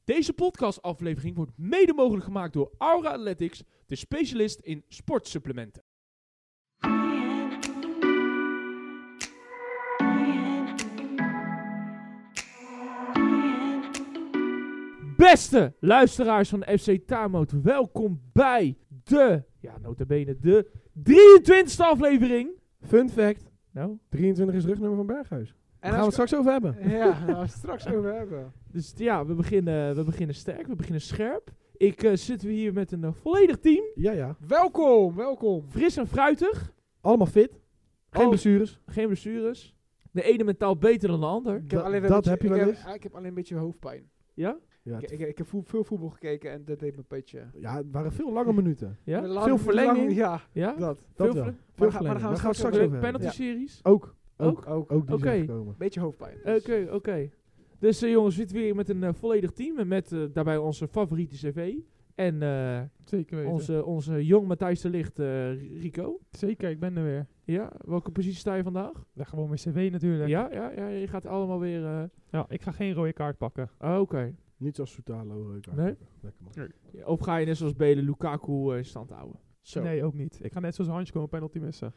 Deze podcastaflevering wordt mede mogelijk gemaakt door Aura Athletics, de specialist in sportsupplementen. Beste luisteraars van FC Tuinmoot, welkom bij de, nota bene, de 23e aflevering. Fun fact, Nou, 23 is het rugnummer van Berghuis. Daar gaan we het straks over hebben. Ja, daar gaan we het straks over hebben. dus ja, we beginnen sterk, we beginnen scherp. Ik zit weer hier met een volledig team, Ja. Welkom. fris en fruitig, Allemaal fit. Geen Oh. blessures. geen blessures. De ene mentaal beter dan de ander. Ik heb alleen Dat heb je wel eens. Ik heb alleen een beetje hoofdpijn. Ja? Ja, Ik heb veel voetbal gekeken en dat deed me een beetje... ja, het waren veel lange minuten. Ja? Veel verlenging. Ja, Ja? dat. Dat Veel wel. ver- Veel maar verlenging. daar gaan we Daar straks over over hebben. Penalty Ja. series? Ook die Oké. zijn gekomen. Beetje hoofdpijn. Oké. Dus jongens, we zitten weer met een volledig team. En met daarbij onze favoriete cv. En Zeker weten. onze jong Matthijs de Ligt, Rico. Zeker, ik ben er weer. Ja, welke positie sta je vandaag? Ja, gewoon mijn cv natuurlijk. Ja, je gaat allemaal weer... Ja, ik ga geen rode kaart pakken. Oké. Niet zoals Soutalo. Nee? Lekker man. Ja, of ga je net zoals Belen Lukaku in stand houden? Zo. Nee, ook niet. Ik ga net zoals Hansko een penalty missen.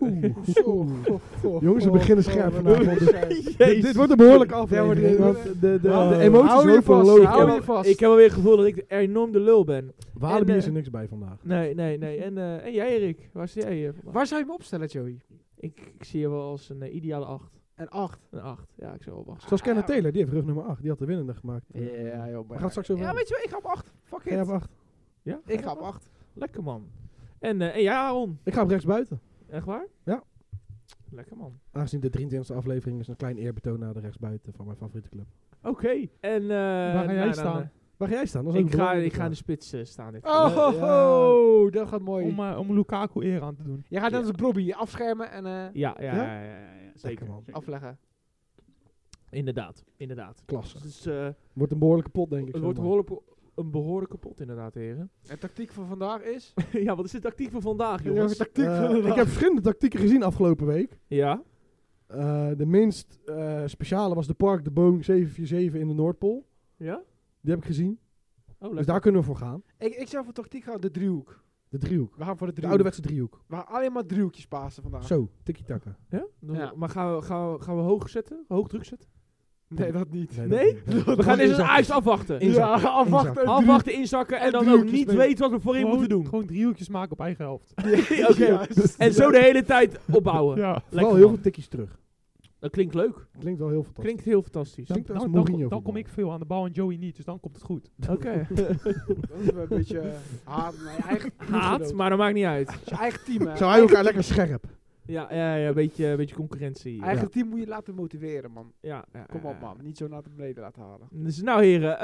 Jongens, we beginnen scherp vanavond. Jezus. Dit wordt een behoorlijke aflevering. Ja, Want de Hou emoties je lopen vast, lopen. hou je vast. Ik heb alweer het gevoel dat ik enorm de lul ben. Walibi En, is er niks bij vandaag. Nee. En jij, Erik? Waar sta jij vandaag? Waar zou je hem opstellen, Joey? Ik zie je wel als een ideale 8. Een 8. Een 8. Ja, ik zou wel wachten. Zoals Kenneth Taylor, die heeft rugnummer 8. Die had de winnende gemaakt. Ja, joh. We gaan het straks over Ja, hebben. weet je wat? Ik ga op 8. Fuck Ga jij it. op 8? Ja? Ik ga op 8. Lekker man. En jij, Aaron? Ik ga op rechts buiten. Echt waar? Ja. Lekker man. Aangezien de 23e aflevering is een klein eerbetoon naar de rechtsbuiten van mijn favoriete club. Oké. En Waar ga jij staan? Waar ga jij staan? Dat is ook ik een ga belangrijke in de vraag. spits staan. Dit Oh, dat gaat mooi. Om Lukaku eer aan te doen. Jij gaat net als Bobby afschermen en Ja, Lekker, zeker. man. afleggen. Inderdaad. Klasse. Dus Wordt een behoorlijke pot, denk ik. het wordt een behoorlijke pot inderdaad, heren. En tactiek van vandaag is... Ja, wat is de tactiek van vandaag, Ja, jongens? tactiek van vandaag. Ik heb verschillende tactieken gezien afgelopen week. Ja? De minst speciale was de Park de Boom 747 in de Noordpool. Ja? Die heb ik gezien. Oh, lekker. Dus daar kunnen we voor gaan. Ik zou voor tactiek gaan de driehoek. De driehoek. We gaan voor de De driehoek. ouderwetse driehoek. We gaan alleen maar driehoekjes pasen vandaag. Zo, tiki-taka. Ja? Ja. Maar gaan we hoog zetten? Hoog druk zetten? Nee, dat niet. Nee? We gaan eerst Ajax afwachten. Inzakken. Ja, afwachten. Afwachten, inzakken en En dan ook driehoekjes niet mee. weten wat we voorin moeten doen. Gewoon driehoekjes maken op eigen helft. Oké. Ja. En zo de hele tijd opbouwen. Ja. Vooral Lekker, heel man. veel tikjes terug. Dat klinkt leuk. Klinkt wel heel fantastisch. Klinkt heel fantastisch. Klinkt als Dan Mourinho kom voetbal. ik veel aan de bal en Joey niet, dus dan komt het goed. Oké. Dat is wel een beetje haat. Maar je eigen Haat, maar dat maakt niet uit. Het is je eigen team, hè. Zo hou je elkaar lekker scherp. Ja, een beetje concurrentie. Eigen team moet je laten motiveren, man. Ja, Kom op, man. Niet zo naar beneden laten halen. Dus nou heren,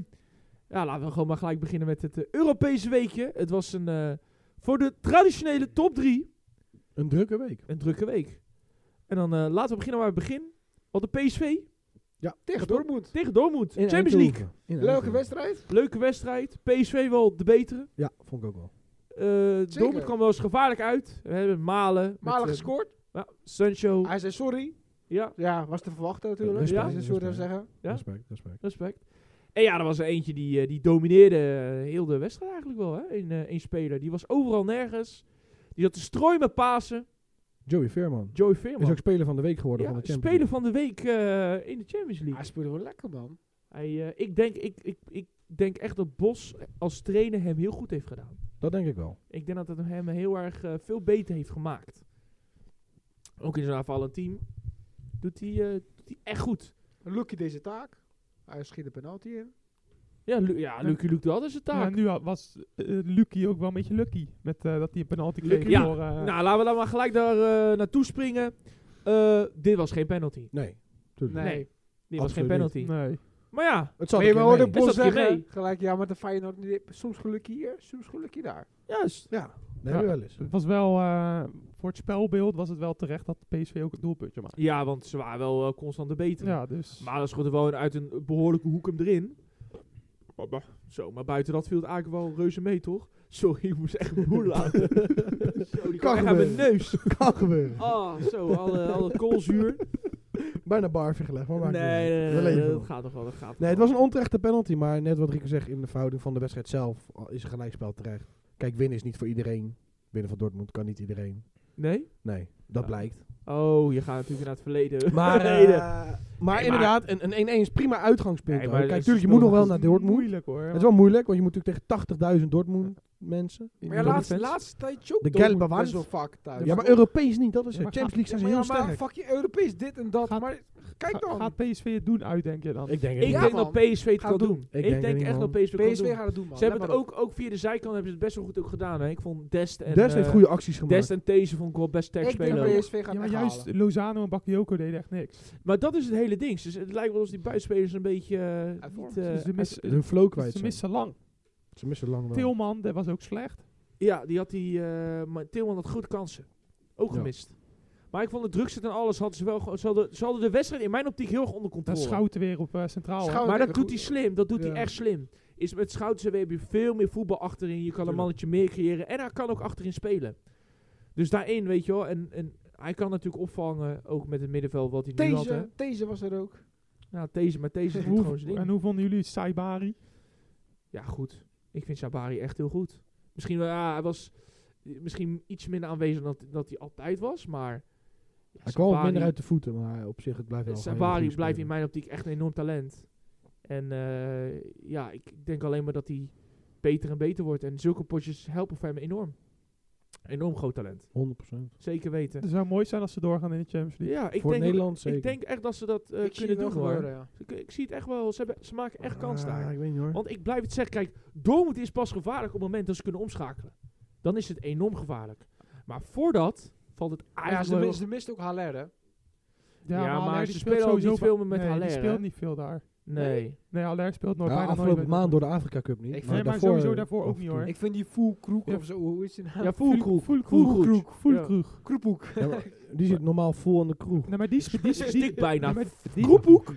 laten we gewoon maar gelijk beginnen met het Europese weekje. Het was voor de traditionele top 3 Een drukke week. een drukke week. En dan laten we beginnen waar we beginnen. Wat de PSV Ja. Tegen Dortmund. tegen Dortmund. In Champions Eindhoven. League. In Leuke Eindhoven. wedstrijd. Leuke wedstrijd. PSV wel de betere. Ja, vond ik ook wel. Dortmund kwam wel eens gevaarlijk uit. We hebben Malen. Malen met, gescoord. ja, Sancho. Hij zei sorry. Ja, Ja, was te verwachten natuurlijk. Respect, Als je sorry zou respect. zeggen. Ja? Respect. respect. En ja, er was er eentje die domineerde heel de wedstrijd eigenlijk wel. Hè? Een speler. Die was overal nergens. Die zat te strooien met Pasen. Joey Veerman. Joey Is Veerman. ook speler van de week geworden Ja, van de Champions speler van de week in de Champions Hij League. speelde wel lekker, man. Ik denk echt dat Bos als trainer hem heel goed heeft gedaan. League. Dat denk ik wel. Ik denk dat het hem heel erg veel beter heeft gemaakt. Ook in zijn aanvallend team doet hij echt goed. Lucky deze taak. Hij schiet de penalty in. Ja, Lucky doet altijd zijn Ja, taak. nu was Lucky ook wel een beetje lucky. Met dat hij een penalty kreeg Ja, voor... nou, laten we dan maar gelijk daar naartoe springen. Dit was geen penalty. Nee. Tuurlijk. Nee. Nee, dit was geen Absoluut penalty. nee. Maar ja, Het zat Maar je er hoorde mee. Bos Het zat hier zeggen. mee. Gelijk, ja, met de Feyenoord. Soms geluk hier, soms geluk hier daar. juist. Ja, dat hebben we wel eens. Het was wel... voor het spelbeeld was het wel terecht dat PSV ook het doelpuntje maakte. Ja, want ze waren wel constant de betere. Ja, dus... Maar dan schoot er wel uit een behoorlijke hoek hem erin. Maar buiten dat viel het eigenlijk wel reuze mee, toch? Sorry, ik moest echt mijn moeder laten. Zo, die kwam echt aan mijn neus. Kan gebeuren. Ah, zo, al het koolzuur. Bijna bar gelegd, maar maakt niet uit. Nee, We leven dat nog. gaat toch wel. Dat gaat Nee, het was een onterechte penalty, maar net wat Rico zegt, in de verhouding van de wedstrijd zelf is een gelijkspel terecht. Kijk, winnen is niet voor iedereen. Winnen van Dortmund kan niet iedereen. Nee? Nee, dat Ja. blijkt. Oh, je gaat natuurlijk naar het verleden. Maar, Verleden. maar inderdaad, een 1-1 is prima uitgangspunt. Nee, hoor. maar Kijk, het tuurlijk, je is moet nog wel wel naar Dortmund. Moeilijk hoor. Het is wel moeilijk, want je moet natuurlijk tegen 80.000 Dortmund mensen. Maar ja, laatste tijd choke De Dortmund gelbe best wand. wel vaak thuis. Ja, maar Europees niet, dat is Ja, het. maar Champions League zijn ze heel maar sterk. fuck je Europees, dit en dat. Gaat- Maar kijk dan. Gaat PSV het doen uit, denk je dan? Ik denk het Ik niet. Ja, denk man. dat PSV het Ga kan het doen. doen. Ik denk denk het echt niet, dat PSV het kan PSV doen. gaat het doen, man. Ze hebben Let het maar op. ook via de zijkant hebben ze het best wel goed ook gedaan. Hè. Ik vond Dest en Dest heeft goede acties gemaakt. Dest en These vond ik wel best sterk Ik denk spelen. dat ook. PSV gaat Ja, maar het juist halen. Lozano en Bakayoko deden echt niks. Maar dat is het hele ding. Dus het lijkt wel alsof die buitenspelers een beetje vorm. niet... Dus Hun flow kwijt ze zijn. missen lang. Ze missen lang wel. Tilman, dat was ook slecht. Ja, die had maar Tilman had goed kansen. Ook Ja. gemist. Maar ik vond de drukzet en alles hadden ze wel gewoon... Ze hadden de wedstrijd in mijn optiek heel erg onder Dan controle. Schouten weer op centraal. hè. Schouten- Maar dat goed. doet hij slim. Dat doet hij Ja. echt slim. Is met Schouten heb je veel meer voetbal achterin. Je kan een Tuurlijk. mannetje meer creëren. En hij kan ook achterin spelen. Dus daarin, weet je wel. En hij kan natuurlijk opvangen. Ook met het middenveld wat hij nu had. Hè. Deze was er ook. Nou, deze, maar deze doet Hoe- gewoon zijn en ding. hoe vonden jullie Saibari? Ja, goed. Ik vind Sabari echt heel goed. Misschien wel, ja, hij was misschien iets minder aanwezig dan dat hij altijd was. Maar ja, Hij kwam wat Sabari- minder uit de voeten, maar op zich het blijft wel gewoon een hele Sabari goede blijft in speler. mijn optiek echt een enorm talent. En ja, ik denk alleen maar dat hij beter en beter wordt. En zulke potjes helpen voor hem enorm. Enorm groot talent. 100%. Zeker weten. Het zou mooi zijn als ze doorgaan in de Champions League. Ja, ik Voor denk, Nederland zeker. ik denk echt dat ze dat Ik zie kunnen het doen wel hoor. gebeuren, ja. Ik zie het echt wel. Ze maken echt kans daar. Ik weet niet hoor. Want ik blijf het zeggen. Kijk, Dortmund is pas gevaarlijk op het moment dat ze kunnen omschakelen. Dan is het enorm gevaarlijk. Maar voordat valt het Ja, eigenlijk wel... ze mist ook Haller, hè. Ja, maar Haller, ze die spelen ook sowieso niet veel meer met nee, Haller, die speelt hè? niet veel daar. Nee. Nee, Haller speelt nooit Ja, bijna nooit afgelopen met- maand door de Afrika Cup niet. Ik Nee, vind maar sowieso daarvoor ook niet hoor. Ik vind die Full Kroek Ja. of zo, hoe is die nou? Ja, Voelkroeg. Voelkroeg. Voelkroeg. Kroephoek. Ja, maar die zit normaal vol aan de kroeg. Nee, maar die Stikt bijna. Groephoek.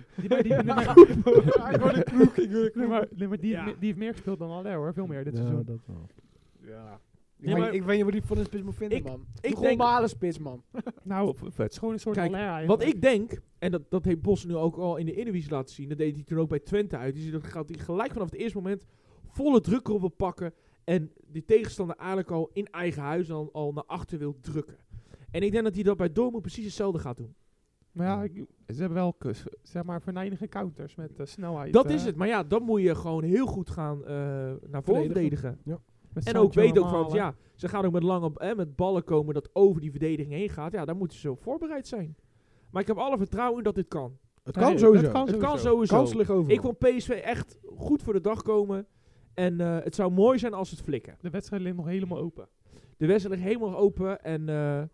Die Ja. heeft meer gespeeld dan Haller hoor. Veel meer dit Ja, seizoen. dat wel. Ja. Nee, maar- Ik weet niet wat die van een spits moet vinden, man. Doe ik gewoon denk- normale spits, man. Nou, het is gewoon een soort Kijk, Haller Wat eigenlijk. ik denk, en dat heeft Bos nu ook al in de Eredivisie laten zien, dat deed hij toen ook bij Twente uit. Dus dat gaat hij gelijk vanaf het eerste moment volle druk erop wil pakken en die tegenstander eigenlijk al in eigen huis al naar achter wil drukken. En ik denk dat hij dat bij Dortmund precies hetzelfde gaat doen. Maar ja, ze hebben wel zeg maar venijnige counters met snelheid. Dat is het. Maar ja, dan moet je gewoon heel goed gaan naar voren verdedigen. Met En ook Sancho weten ook normaal, van, hè. ja, ze gaan ook met lange met ballen komen dat over die verdediging heen gaat. Ja, daar moeten ze op voorbereid zijn. Maar ik heb alle vertrouwen in dat dit kan. Het Nee, kan sowieso. het kan Het kan sowieso. sowieso. Kans liggen overal. Ik vond PSV echt goed voor de dag komen. En het zou mooi zijn als ze het flikken. De wedstrijd ligt nog helemaal open. De wedstrijd ligt helemaal open. En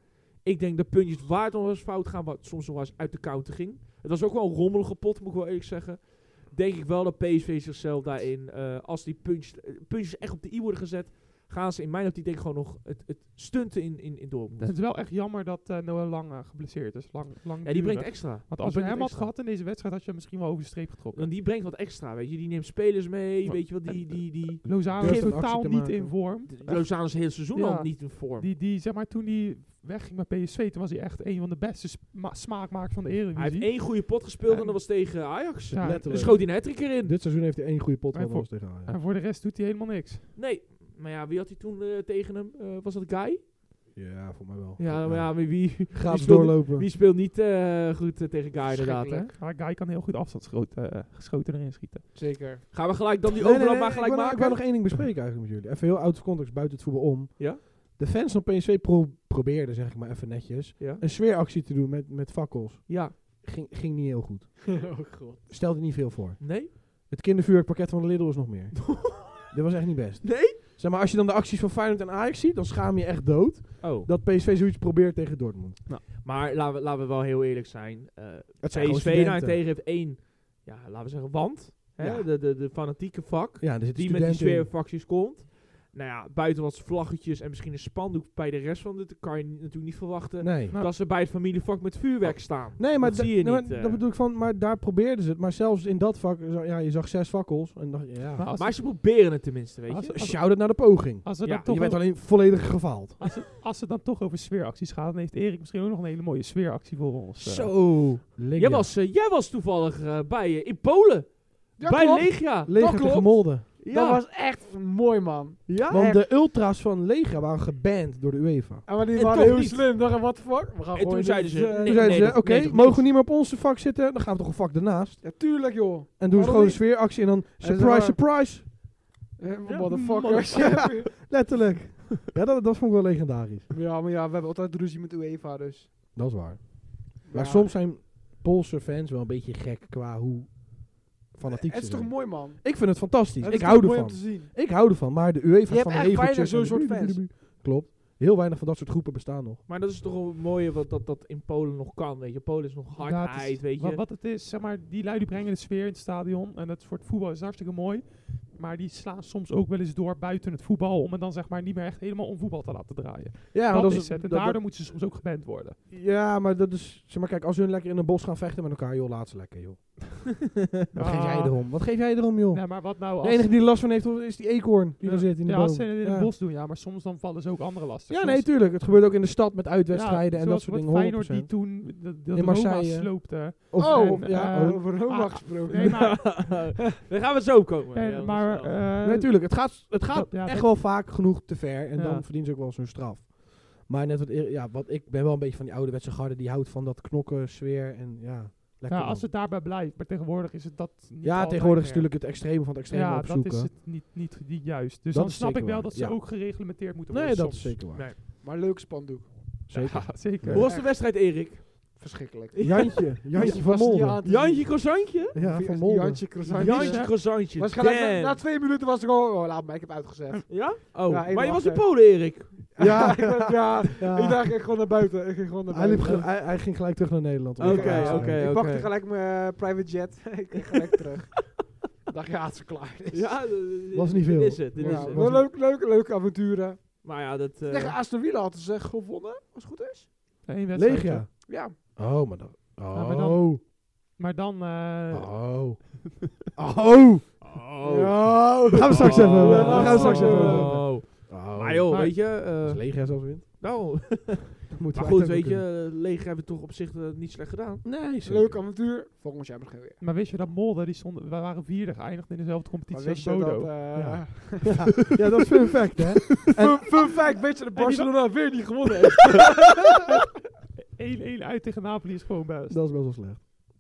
ik denk dat puntjes waar het nog eens fout gaan, wat soms nog wel eens uit de counter ging. Het was ook wel een rommelige pot, moet ik wel eerlijk zeggen. Denk ik wel dat PSV zichzelf daarin, als die puntjes echt op de i worden gezet, gaan ze in mijn optiek denk ik gewoon nog het stunten in Dortmund. Het is wel echt jammer dat Noah Lang geblesseerd is. Lang Ja, die durig. brengt extra. Want Die als je brengt hem had extra. gehad in deze wedstrijd, had je hem misschien wel over de streep getrokken. Want die brengt wat extra, weet je. Die neemt spelers mee, Wa- weet je wat, die Lozano Durft is een totaal actie te niet maken. in vorm. Lozano is het hele seizoen Ja. al niet in vorm. Die zeg maar, toen hij wegging bij PSV, toen was hij echt een van de beste smaakmakers van de Eredivisie. Hij heeft 1 goede pot gespeeld en En- dat was tegen Ajax. Ja, Dan letterlijk. schoot hij een hat-trick erin. Dit seizoen heeft hij 1 goede pot En gehad voor- als tegen Ajax. En voor de rest doet hij helemaal niks. Nee, maar ja, wie had hij toen tegen hem? Was dat Guy? Ja, voor mij wel. Ja, maar ja, wie Gratis speelt- doorlopen. wie speelt niet goed tegen Guy inderdaad, hè? Schrikkelijk. Maar Guy kan heel goed afstandsschoten erin schieten. Zeker. Gaan we gelijk dan die Nee, overloop nee, maar nee, gelijk ik maken? wil nog één ding bespreken eigenlijk met jullie. Even heel out of context, buiten het voetbal om. Ja? De fans van PSV probeerden, zeg ik maar even netjes, Ja? een sfeeractie te doen met fakkels. Ja. Ging niet heel goed. Oh god. Stelde niet veel voor. Nee? Het kindervuurpakket van de Lidl is nog meer. Dit was echt niet best. Nee? Zeg maar, als je dan de acties van Feyenoord en Ajax ziet, dan schaam je echt dood Oh. dat PSV zoiets probeert tegen Dortmund. Maar laten we wel heel eerlijk zijn. Het zijn gewoon PSV studenten. daarentegen heeft 1, ja, laten we zeggen, wand. Hè? Ja. De fanatieke vak. Ja, er zitten Die met die studenten in. sfeerfracties komt. Nou ja, buiten wat vlaggetjes en misschien een spandoek bij de rest van dit kan je natuurlijk niet verwachten Nee. dat ze bij het familievak met vuurwerk staan. Nee, maar dat zie je nee, niet. maar dat bedoel ik van, maar daar probeerden ze het. Maar zelfs in dat vak, ja, je zag 6 fakkels. En dacht je, ja. Maar ze proberen het tenminste, weet Als- je. Shout-out naar de poging. Als we Ja, dan toch Je bent over- alleen volledig gefaald. als het dan toch over sfeeracties gaat, dan heeft Erik misschien ook nog een hele mooie sfeeractie voor ons. Zo. Jij was toevallig bij in Polen. Ja, bij klopt. Legia. Leger Dat klopt. tegen Molde. Ja. Dat was echt mooi, man. Ja? Want echt. de ultras van Legia waren geband door de UEFA. En maar die En waren toch heel niet. slim. Dachten, what the fuck? We gaan En gewoon toen zeiden dit, ze, Toen nee, zeiden ze, dat- oké, nee, dat mogen we niet. niet meer op onze vak zitten? Dan gaan we toch een vak ernaast. Ja, tuurlijk, joh. En doen ze Waarom gewoon een niet? sfeeractie en dan ze surprise, waren- surprise. Motherfuckers. Letterlijk. Ja, dat vond ik wel legendarisch. Ja, maar ja, we hebben altijd ruzie met UEFA, dus. Dat is waar. Maar Ja. soms zijn Poolse fans wel een beetje gek qua hoe fanatiek Het ze is toch zijn. mooi, man. Ik vind het fantastisch. Het Ik is hou toch mooi ervan. om te zien. Ik hou ervan, maar de UEFA's Je hebt van de echt weinig regeltjes zo'n en soort fans. Klopt. Heel weinig van dat soort groepen bestaan nog. Maar dat is toch wel het mooie wat dat in Polen nog kan, weet je. Polen is nog hardheid, weet je. Wat het is, zeg maar, die lui die brengen de sfeer in het stadion. En dat voor het voetbal is hartstikke mooi. Maar die slaan soms ook wel eens door buiten het voetbal. Om het dan zeg maar niet meer echt helemaal om voetbal te laten draaien. Ja, dat is het. En daardoor moeten ze soms ook geband worden. ja, maar dat is... Zeg maar, kijk, als hun lekker in een bos gaan vechten met elkaar, joh, laat ze lekker, joh. Wat geef jij erom? Wat geef jij erom, joh? Nee, maar wat nou De als... enige die er last van heeft, is die eekhoorn die Ja. er zit in de ja, boom. als ze het in Ja. het bos doen, ja. Maar soms dan vallen ze ook andere lasten. Ja, Soms- nee, tuurlijk. Het gebeurt ook in de stad met uitwedstrijden en dat zoals soort wat dingen. Feyenoord 100%. die toen de In Roma Marseille. sloopte. Of, Oh, ja, ook. over Roma Ah, gesproken. Nee, maar... Daar gaan we zo komen. en- Ja, dat maar is wel- Nee, tuurlijk. Het gaat ja, echt dat- wel vaak genoeg te ver. En Ja. dan verdienen ze ook wel zo'n straf. Maar net wat ik ben wel een beetje van die ouderwetse garde. Die houdt van dat knokken, sfeer en ja, lekker Ja, man. als het daarbij blijft. Maar tegenwoordig is het dat niet Ja, altijd tegenwoordig is meer. natuurlijk het extreme van het extreme Ja, opzoeken. dat is het niet juist. Dus Dat dan is snap ik zeker wel waar, dat ze ja. ook gereglementeerd moeten Nee, worden dat is soms. zeker waar. Nee. Maar leuk spandoek. Zeker. Ja, zeker. Hoe was de wedstrijd, Erik? Verschrikkelijk. Jantje van Was het niet Molde. aan te zien? Jantje Croissantje? Ja, van Molde. Jantje croissant. Jantje Croissantje. Waarschijnlijk na damn. 2 minuten was ik al... Oh, laat me, ik heb uitgezet. Ja? Oh, Ja, één maar je was in achter. Polen, Erik. Ja. ja, Ja. ik dacht, ik ging gewoon naar buiten. Ik ging gewoon naar Hij, liep buiten. hij ging gelijk terug naar Nederland. Oké, Ja, oké. Ik pakte gelijk mijn private jet. Ik ging gelijk terug. Ik dacht, ja, het is klaar. Ja, Was niet veel. Dit is het. Dit Ja, is het. wel leuke avonturen. Maar ja, dat... Tegen Aston Villa hadden ze gewonnen, als het goed is. Eén wedstrijd. Legia. Ja. Oh, maar dan... Ja, maar Oh. Maar dan... Oh. Oh. Oh. Ja. Gaan we straks even over. Oh. Gaan we straks even over. Oh. Oh. Maar joh, Maar- weet je... Als Legia zelfs wint. nou, Moeten maar wij goed, het ook weet kunnen. je, Leger hebben toch op zich niet slecht gedaan. Nee, zeker. Leuk avontuur. Volgend jaar misschien weer. Maar wist je dat Molde, we waren vierde geëindigd in dezelfde Maar competitie wist als je Bodo. dat... Ja. Ja, dat is fun fact, hè? Fun fact, weet je dat die Barcelona weer niet gewonnen heeft? 1-1 uit tegen Napoli is gewoon best. Dat is best wel slecht.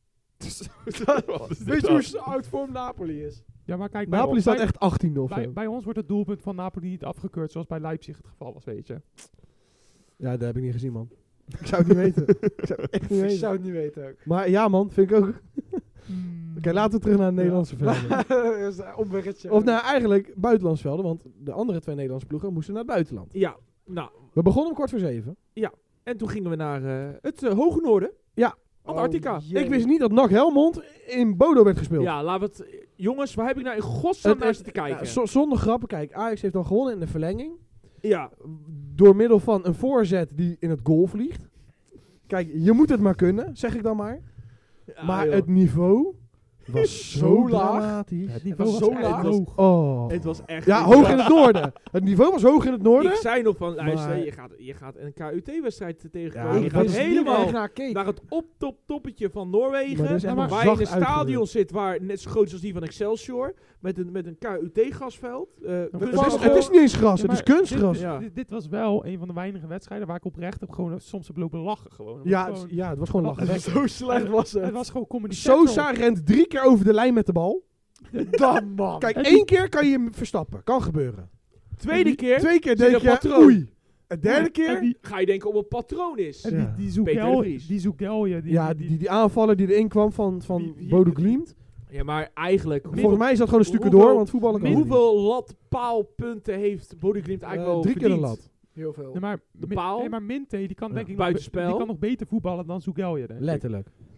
Weet je hoe oud vorm Napoli is? Ja, maar kijk, bij Napoli ons- staat bij- echt 18e of zo. bij ons wordt het doelpunt van Napoli niet afgekeurd zoals bij Leipzig het geval was, weet je. Ja, dat heb ik niet gezien, man. Ik zou het niet weten. Ik zou het echt niet Ik weten. zou het niet weten ook. Maar ja, man, vind ik ook. Oké, laten we terug naar de Nederlandse velden. Dat is een omweggetje. Of nou, eigenlijk buitenlandse velden, want de andere 2 Nederlandse ploegen moesten naar het buitenland. Ja, nou. We begonnen om 6:45. En toen gingen we naar het Hoge Noorden. Ja. Antarctica. jee. Ik wist niet dat NAC Helmond in Bodo werd gespeeld. Ja, laten we het... Jongens, waar heb ik nou in godsnaam naar zitten kijken? Ja, zonder grappen, kijk, Ajax heeft dan gewonnen in de verlenging. Ja, Door middel van een voorzet die in het goal vliegt. Kijk, je moet het maar kunnen, zeg ik dan maar. Maar joh. het niveau was zo Zo laag. dramatisch. Het niveau was was zo echt laag. hoog. Oh. Het was echt... Ja, hoog in het noorden. Het niveau was hoog in het noorden. Ik zei nog van, luister, Maar- je gaat een KUT-wedstrijd tegenkomen. Ja, je ik gaat wist niet helemaal naar keek. naar het toppetje van Maar Noorwegen. dat is echt maar nog Waar je in zacht een stadion uitgedrukt. zit waar net zo groot is als die van Excelsior. Met een KUT-gasveld. Het is niet eens gras, Ja, het is maar kunstgras. Ja. Dit was wel een van de weinige wedstrijden waar ik oprecht heb gewoon soms heb lopen lachen. Gewoon. Ja, Gewoon- ja, het was gewoon Het was- lachen. Zo slecht was het het. was gewoon comedy Sosa rent 3 keer over de lijn met de bal. Dan man. Kijk, En 1 keer kan je hem verstappen. Kan gebeuren. Tweede keer 2 keer zie je denk een je, patroon. oei. Een derde En keer... die, ga je denken op een patroon is. en Ja. die Peter de Vries. Zoekelje. Ja, die aanvaller die erin kwam van Wie- Bodo Glimt. Ja, maar eigenlijk... Volgens mij is dat gewoon een stukje hoeveel- door, want voetballen kan niet. Hoeveel latpaalpunten heeft Bodø Glimt eigenlijk wel 3 keer een verdiend? lat. Heel veel. Nee, maar, De paal. Nee, maar Minte, die kan Ja. denk ik Buitenspel. die kan nog beter voetballen dan Zoekelje, denk ik. Letterlijk.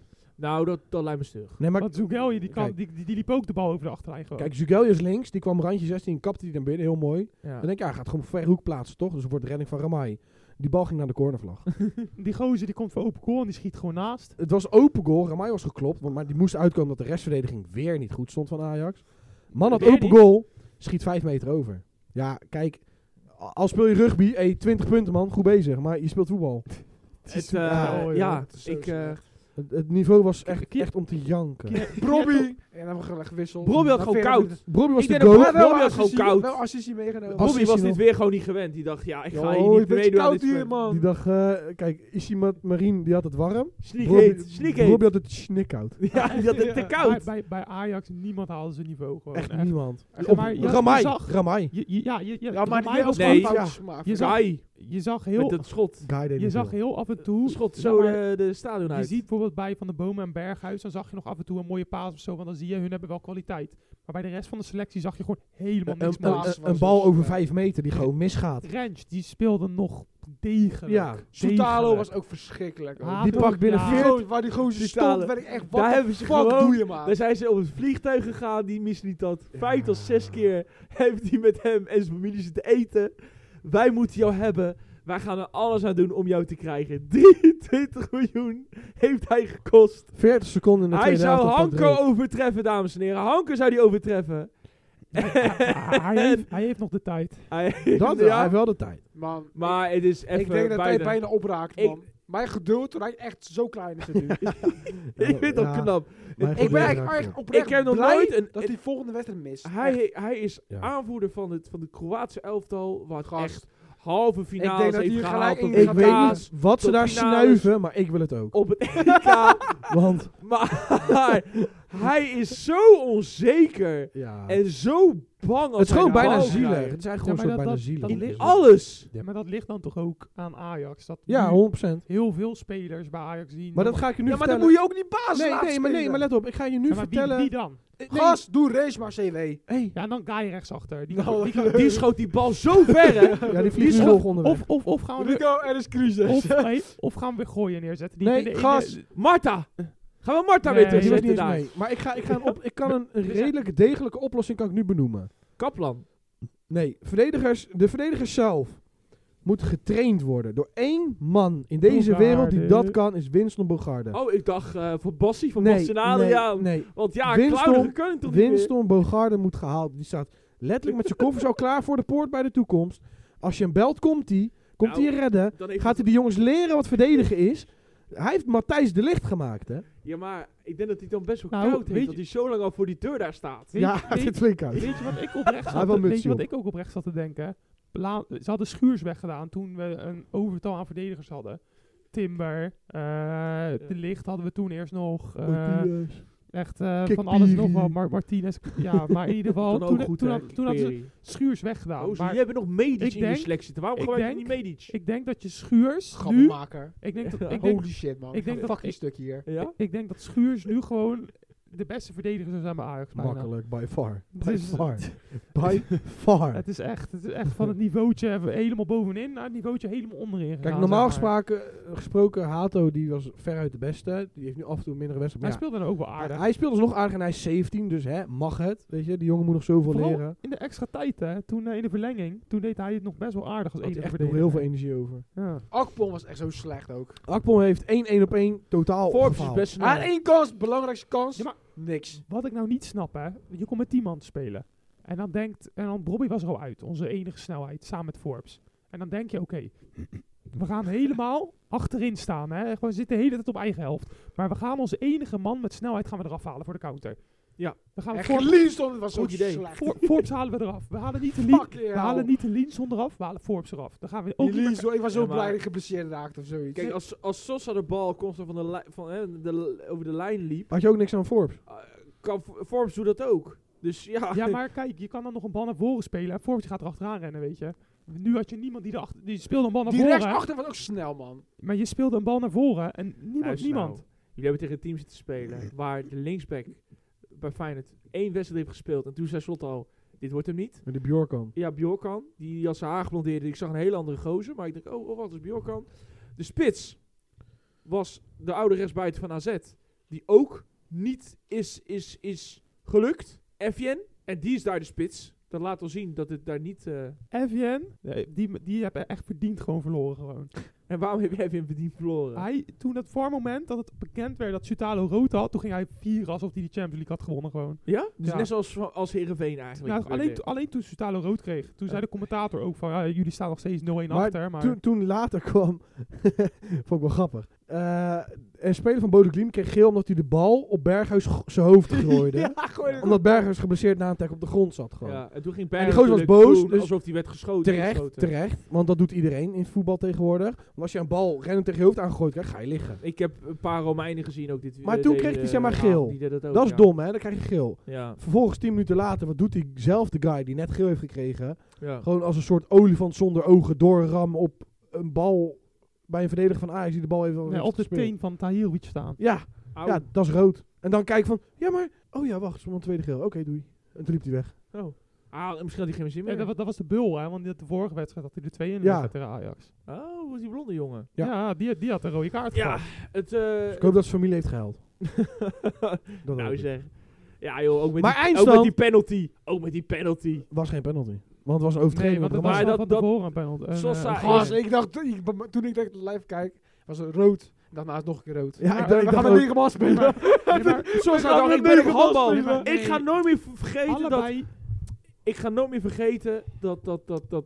Nou, dat lijkt me stug. Nee, maar Want Zugelje, kijk. die liep ook de bal over de achterlijn gewoon. kijk, Zugelje is links. Die kwam randje 16, kapte die naar binnen. Heel mooi. Ja. Dan denk je, hij gaat gewoon ver hoek plaatsen, toch? Dus het wordt de redding van Ramai. Die bal ging naar de cornervlag. Die gozer die komt voor open goal en die schiet gewoon naast. Het was open goal. Ramai was geklopt. Maar die moest uitkomen dat de restverdediging weer niet goed stond van Ajax. Man had Weer open niet? goal. Schiet 5 meter over. Ja, kijk. Al speel je rugby. 20 punten man. Goed bezig. Maar je speelt voetbal. het is zo ik... slecht. Het niveau was Ki- echt om te janken. Brobby! En dan hebben we gewisseld. Brobby had Na gewoon 40 koud. Brobby was Ik de denk dat goat. Brobby had gewoon koud. Wel assistie meegenomen. Als- Bobby was Assistie dit weer gewoon niet gewend. Die dacht, ja, ik ga hier Oh, niet het is meedoen aan koud dit hier, spel. man. Die dacht, kijk, Ishimat Marien, die had het warm. Sneak Brobby had het snikkoud. Ja, die had het te koud. Bij Ajax, niemand haalde zijn niveau gewoon. Echt niemand. Ja, Op maar je Ramai. zag- Ramai. Ja, Ja, maar die Ramai was Nee. foutjes Ja. gemaakt. Je zag- Guy, je zag met heel, het schot. Guy deed je niet zag veel. heel af en toe. Schot Ja, zo maar de stadion je uit. ziet bijvoorbeeld bij Van de Bomen en Berghuis, dan zag je nog af en toe een mooie paas of zo, want dan zie je, hun hebben wel kwaliteit. Maar bij de rest van de selectie zag je gewoon helemaal niks een- moois. was Een bal dus, over ja. 5 meter die gewoon misgaat. Rens, die speelde nog degelijk. Ja. Soutalo Degelijk. was ook verschrikkelijk. ook. Hato, Die pakt binnen ja. 40. Waar die gozer Soutalo. stond, werd ik echt, Daar wat hebben de ze fuck gewoon- doe je, man? Daar zijn ze op het vliegtuig gegaan, die missen niet dat. 5 tot 6 keer heeft hij met hem en zijn familie zitten eten. Wij moeten jou hebben. Wij gaan er alles aan doen om jou te krijgen. 23 miljoen heeft hij gekost. 40 seconden in de Hij tweede zou helft. Hanko overtreffen, dames en heren. Hanko zou die overtreffen. Hij heeft nog de tijd. Dat wel, hij heeft wel de tijd. Man, Maar het is even ik denk dat hij bijna. bijna opraakt, Ik- man. Mijn geduld, toen hij echt zo klein is nu. Ik vind dat Ja. knap. Maar Ik goed, ben ja, eigenlijk ja. echt oprecht Ik heb nog blij nooit een- dat hij volgende wedstrijd mist. Echt. Hij is Ja. aanvoerder van de Kroatische elftal. Wat Gast. echt halve finales denk dat heeft hij gehaald. gelijk Tot in Ik gaat weet gaan. niet wat ze tot daar finales. snuiven, maar ik wil het ook. op het EK. Want, Maar hij is zo onzeker. ja. En zo bang als Het is hij gewoon de bijna bal zielig. krijgt. Het is eigenlijk Ja, gewoon maar een soort bijna dat zielig. ligt- In alles. Ja, maar dat ligt dan toch ook aan Ajax. Dat Ja, nu 100%. heel veel spelers bij Ajax zien. Maar dat ga ik je nu Ja, maar dan vertellen. moet je ook niet baas laten nee, maar spelen. let op. Ik ga je nu Ja, maar vertellen. wie dan? Nee, Gast, doe race maar CW. hey. Ja, dan Guy rechtsachter. Nou, Die schoot die bal zo ver, hè. Ja, die vliegt nu nog onderweg. Of gaan we weer, Rico, er is crisis. of gaan we weer gooien neerzetten. Nee, in de- gas. Marta. Gaan we Marta Nee, weer Die was niet terugzetten eens daar? mee. Maar ik kan een redelijk degelijke oplossing kan ik nu benoemen. Kaplan. Nee, de verdedigers zelf moeten getraind worden door 1 man in deze Bogarde. wereld die dat kan, is Winston Bogarde. Oh, ik dacht voor Bassie van Bastiaan Adriaan. nee. Want ja, Winston- Klaudigen kunnen toch niet meer? Winston Bogarde moet gehaald. Die staat letterlijk met zijn koffers al klaar voor de poort bij de toekomst. Als je hem belt, komt hij Nou, je redden. Dan heeft Gaat hij de jongens leren wat verdedigen is. Hij heeft Matthijs de Ligt gemaakt, hè? Ja, maar ik denk dat hij dan best wel Nou, koud weet heeft. Dat hij zo lang al voor die deur daar staat. Weet- Ja, hij weet- zit flink uit. Weet je wat ik oprecht Hij wil zat, weet mutsje je wat op. ik ook oprecht zat te denken? Ze hadden Schuurs weggedaan toen we een overtal aan verdedigers hadden. Timber, De Ligt hadden we toen eerst nog. Echt Kik van alles Piri. nog wel. Martinez, ja, maar in ieder geval. Kan ook Toen, goed, toen, hè, had- toen hadden ze Peri. Schuurs weggedaan. Oh, maar je hebt nog Medic ik in je denk- selectie zitten. Waarom ik gebruik je denk- niet Medic? ik denk dat je Schuurs nu... Grappenmaker. Ik denk dat, Ja. ik denk, Holy shit, man. ik denk dat- Fucking ik- stuk hier. Ja? ik denk dat Schuurs nu gewoon de beste verdediger zou zijn bij Ajax. bijna. Makkelijk, by far. Het By is- far. By far. Het is echt van het niveautje helemaal bovenin naar het niveautje helemaal onderin gegaan. Kijk, normaal zeg maar. gesproken, Hato die was veruit de beste. Die heeft nu af en toe een mindere wedstrijd. Hij Maar speelde dan ook wel ja, aardig. hij speelt dus nog aardig en hij is 17, dus mag het. Weet je, die jongen moet nog zoveel Vooral leren. in de extra tijd, hè. Toen in de verlenging, toen deed hij het nog best wel aardig als Had hij enige echt nog verdediger. heel veel energie over. Ja. Akpom was echt zo slecht ook. Akpom heeft 1-1-op-1 totaal Forbes is gefaald. best snel. Aan 1 kans, belangrijkste kans. Ja, maar- Niks. Wat ik nou niet snap, hè. Je komt met 10 man te spelen. En dan Bobby was er al uit. Onze enige snelheid, samen met Forbes. En dan denk je, oké, we gaan helemaal achterin staan, hè. We zitten de hele tijd op eigen helft. Maar we gaan onze enige man met snelheid gaan we eraf halen voor de counter. Ja. We gaan En Forbes, Gelienstond, het was zo Goed idee. slecht. Forbes halen we eraf. We halen niet de Fuck we halen niet de Linson eraf, we halen Forbes eraf. Dan gaan we ook niet meer Ik was zo Ja, maar- blij dat ik geblesseerd raakte of zoiets. Kijk, als Sosa de bal constant over de lijn liep, Had je ook niks aan Forbes? kan Forbes doet dat ook. Dus ja, Ja, maar kijk, je kan dan nog een bal naar voren spelen. En Forbes gaat er achteraan rennen, weet je. Nu had je niemand die speelde een bal naar die voren. rechtsachter was ook snel, man. Maar je speelde een bal naar voren en niemand. Luister nou. Jullie hebben tegen een team zitten spelen waar de linksback bij Feyenoord 1 wedstrijd heeft gespeeld. En toen zei Slot al, dit wordt hem niet. Met de Bjorkan. Ja, Bjorkan, die als zijn haar geblondeerde. Ik zag een hele andere gozer, maar ik dacht, oh wat is Bjorkan? De spits was de oude rechtsbuiten van AZ. die ook niet is gelukt. Evian. En die is daar de spits. Dat laat al zien dat het daar niet... Evian, die hebben echt verdiend gewoon verloren gewoon. En waarom heb je Evian verdiend verloren? Toen het voormoment dat het bekend werd dat Sutalo rood had, toen ging hij vieren alsof hij de Champions League had gewonnen gewoon. Ja? Dus Ja. net zoals als Heerenveen eigenlijk. Nou, alleen toen Sutalo rood kreeg. Toen zei de commentator ook van, ja, jullie staan nog steeds 0-1 achter. Maar Toen later kwam, vond ik wel grappig. Een speler van Bodo Glimt kreeg geel omdat hij de bal op Berghuis zijn hoofd gooide. Omdat Berghuis geblesseerd na een tackle op de grond zat gewoon. Ja, en toen ging En die Berg gozer was boos, doen dus alsof hij werd geschoten. Terecht, want dat doet iedereen in voetbal tegenwoordig. Want als je een bal rennend tegen je hoofd aangegooid krijgt, ga je liggen. Ik heb een paar Romeinen gezien ook dit Maar toen kreeg hij zeg maar geel. Die deden ook, Dat is ja. dom, hè? Dan krijg je geel. Ja, Vervolgens 10 minuten later, wat doet diezelfde guy die net geel heeft gekregen? ja. Gewoon als een soort olifant zonder ogen doorrammen op een bal bij een verdediger van Ajax die de bal even op de gespeeld. teen van Tahirovic staan. Ja, Au. ja, dat is rood. En dan kijk ik van, ja maar, oh ja, wacht, zo'n tweede geel. Oké, doei. En toen liep hij weg. Oh. Misschien had hij geen zin meer. Ja, dat was de bul, hè, want de vorige wedstrijd had hij er 2 in de Ja. wedstrijd tegen Ajax. Oh, was die blonde jongen. Ja. Ja, die had een rode kaart Ja, gehad. het... Dus ik hoop dat zijn familie heeft gehuild. Dat hoop nou ik. zeg. Ja joh, ook met, Maar die, ook eindstand- met die penalty. Ook met die penalty. Was geen penalty. Want het was een overtreding. Nee, want op het de was maar grond. al dat- van tevoren een penalty. Sosa Gast, is- ik dacht, toen ik live kijk, was het rood. Ik dacht, nou is het nog een keer rood. Ja, ik we dacht gaan met ook. 9 man spelen. Zoals gaan dacht met ik ben op 9 man handbal. spelen. Ik ga nooit meer vergeten dat... allebei. Ik ga nooit meer vergeten dat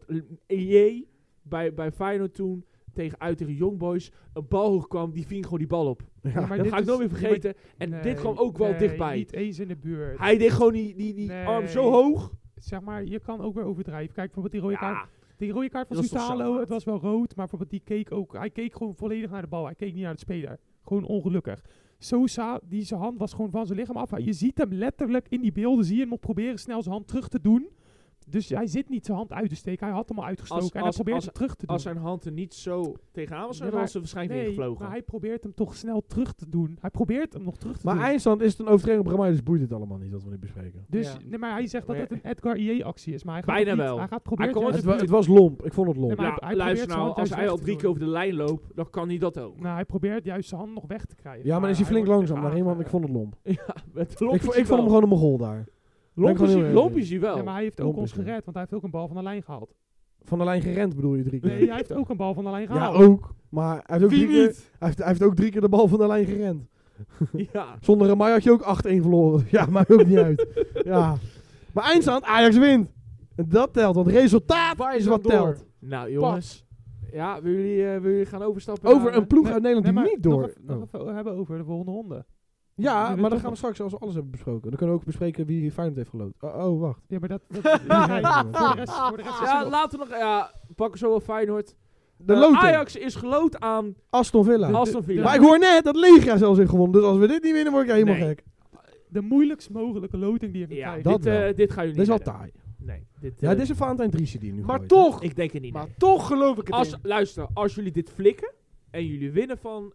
EJ bij Feyenoord toen tegen Young Boys een bal hoog kwam, die ving gewoon die bal op. Ja. Ja, maar Dat dit ga ik is- nooit meer vergeten. En Nee, dit kwam ook wel nee, dichtbij. Niet eens in de buurt. Hij deed gewoon die Nee. arm zo hoog. Zeg maar, je kan ook weer overdrijven. Kijk, bijvoorbeeld die rode kaart. Ja, Die rode kaart van Dat is toch Sutalo, zo het was wel rood, maar bijvoorbeeld hij keek gewoon volledig naar de bal. Hij keek niet naar de speler. Gewoon ongelukkig. Sosa, zijn hand was gewoon van zijn lichaam af. Je ziet hem letterlijk in die beelden, zie je hem nog proberen snel zijn hand terug te doen. Dus hij zit niet zijn hand uit te steken. Hij had hem al uitgestoken en hij probeert hem terug te doen. als zijn hand er niet zo tegenaan was, Nee, dan maar- was ze waarschijnlijk Nee, ingevlogen. maar hij probeert hem toch snel terug te doen. Hij probeert hem nog terug te Maar doen. eindstand is het een overtreding op Ramai, dus boeit het allemaal niet wat we nu bespreken. Dus, Ja. nee, maar hij zegt dat Maar- het een Edgar IE-actie is. Maar hij gaat Bijna het niet, wel. Hij gaat proberen Hij kon Het was lomp. Ik vond het lomp. Nee, maar Ja, hij luister probeert zijn nou, hand als juist hij al weg te 3 keer doen. over de lijn loopt, dan kan hij dat ook. Nou, hij probeert juist zijn hand nog weg te krijgen. Ja, maar dan is hij flink wordt langzaam daarin, want ik tegen vond het lomp. Ja, met Ik vond hem gewoon een mogol daar. Lomp gewoon heel erg is hij wel. Ja, maar hij heeft ook Lomp ons is hij. gered, want hij heeft ook een bal van de lijn gehaald. Van de lijn gerend bedoel je 3 keer? Nee, hij heeft ook een bal van de lijn Ja, gehaald. ook. Maar hij heeft ook Wie 3 keer, niet? hij heeft ook 3 keer de bal van de lijn gerend. Ja. Zonder Ramai had je ook 8-1 verloren. Ja, maakt ook niet uit. Ja. Maar eindstand, Ajax wint. En dat telt, want resultaat Waar is is wat dan door? telt. Nou jongens. Ja, willen jullie gaan overstappen? Over naar, een ploeg Nee, uit Nederland nee, die maar niet door... Nog even hebben over de volgende ronde. Ja, Jullie maar dan toch gaan we straks, als we alles hebben besproken, dan kunnen we ook bespreken wie Feyenoord heeft geloot. Oh, wacht. Ja, maar dat Ja, voor de rest is Ja, het laten we nog... Ja, pakken zo wel Feyenoord. De loting. Ajax is geloot aan Aston Villa. Aston Villa. Maar ik hoor net dat Legia zelfs heeft gewonnen. Dus als we dit niet winnen, word ik helemaal Nee. gek. de moeilijkst mogelijke loting die je kan Ja, krijgen. dat wel. dit gaan jullie Dit is wel niet redden. taai. Nee. Dit, Ja, dit is een Valentijn Driesje die nu Maar gooit. toch, Ik denk het niet. maar nee. toch geloof ik het in. Luister, als jullie dit flikken en jullie winnen van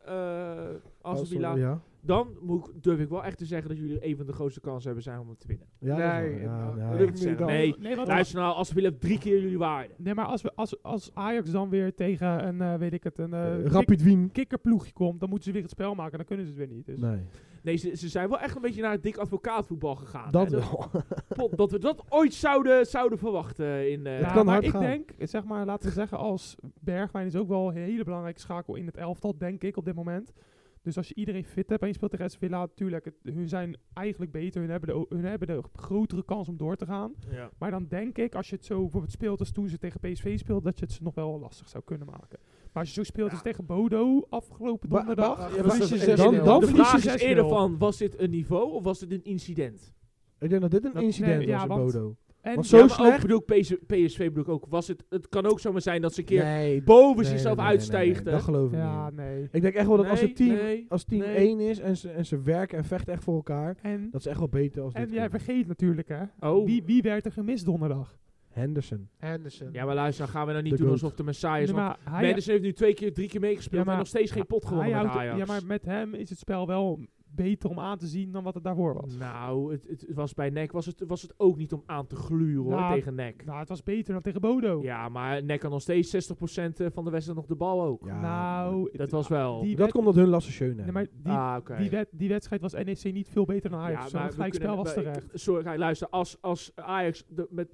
Aston Villa, Ja. dan durf ik wel echt te zeggen dat jullie een van de grootste kansen hebben zijn om het te winnen. Ja, Nee, ja, nou, ja, dat durf ik ik nu zeggen. dan. Nee, want luister nou, Aston Villa heeft 3 keer jullie waarde. Nee, maar als Ajax dan weer tegen een, weet ik het, een Rapid Wien. kikkerploegje komt, dan moeten ze weer het spel maken. Dan kunnen ze het weer niet. Dus. Nee, Nee, ze zijn wel echt een beetje naar het dik advocaatvoetbal gegaan. dat hè. wel. Dat we dat ooit zouden verwachten. In, Het Ja, kan maar hard ik gaan. denk, zeg maar, laten we zeggen, als Bergwijn is ook wel een hele belangrijke schakel in het elftal, denk ik, op dit moment. Dus als je iedereen fit hebt en je speelt tegen SV Villa, natuurlijk, hun zijn eigenlijk beter. Hun hebben de grotere kans om door te gaan. ja. Maar dan denk ik, als je het zo bijvoorbeeld speelt als toen ze tegen PSV speelden, dat je het ze nog wel lastig zou kunnen maken. Maar als je zo speelt als tegen Bodo afgelopen donderdag, Ja, Ja, maar verlies je dan 6-0. dan De verlies vraag je is 6-0. eerder van, was dit een niveau of was dit een incident? Ik denk dat dit een Dat- incident nee, ja, was in want- Bodo. en Want Ja, zo maar slecht? ook, bedoel ik PSV bedoel ik ook. Het kan ook zomaar zijn dat ze een keer Nee, boven nee, zichzelf nee, uitstijgt. dat geloof ik ja, niet. nee. Ik denk echt wel dat als het team, Nee, als team nee. 1 is en ze werken en vechten echt voor elkaar, En, dat is echt wel beter als dit. en jij team. vergeet natuurlijk, hè. Oh. Wie werd er gemist donderdag? Henderson. Henderson. Ja, maar luister, dan gaan we nou niet De doen goat. alsof de Messiah is. Nee, Want maar hij, Henderson heeft nu 3 keer meegespeeld Ja, maar en nog steeds geen pot gewonnen hij met houdt- Ajax. Ja, maar met hem is het spel wel beter om aan te zien dan wat het daarvoor was. Nou, het was bij NEC was het ook niet om aan te gluren hoor, Nou, tegen NEC. Nou, het was beter dan tegen Bodo. Ja, maar NEC had nog steeds 60% van de wedstrijd nog de bal ook. Ja, Nou, Dat was wel. dat komt dat hun lasten schön Nee, hebben. maar Oké. die wedstrijd was NEC niet veel beter dan Ajax. Ja, Zo'n maar gelijkspel was terecht. Sorry, kijk, luister. Als Ajax met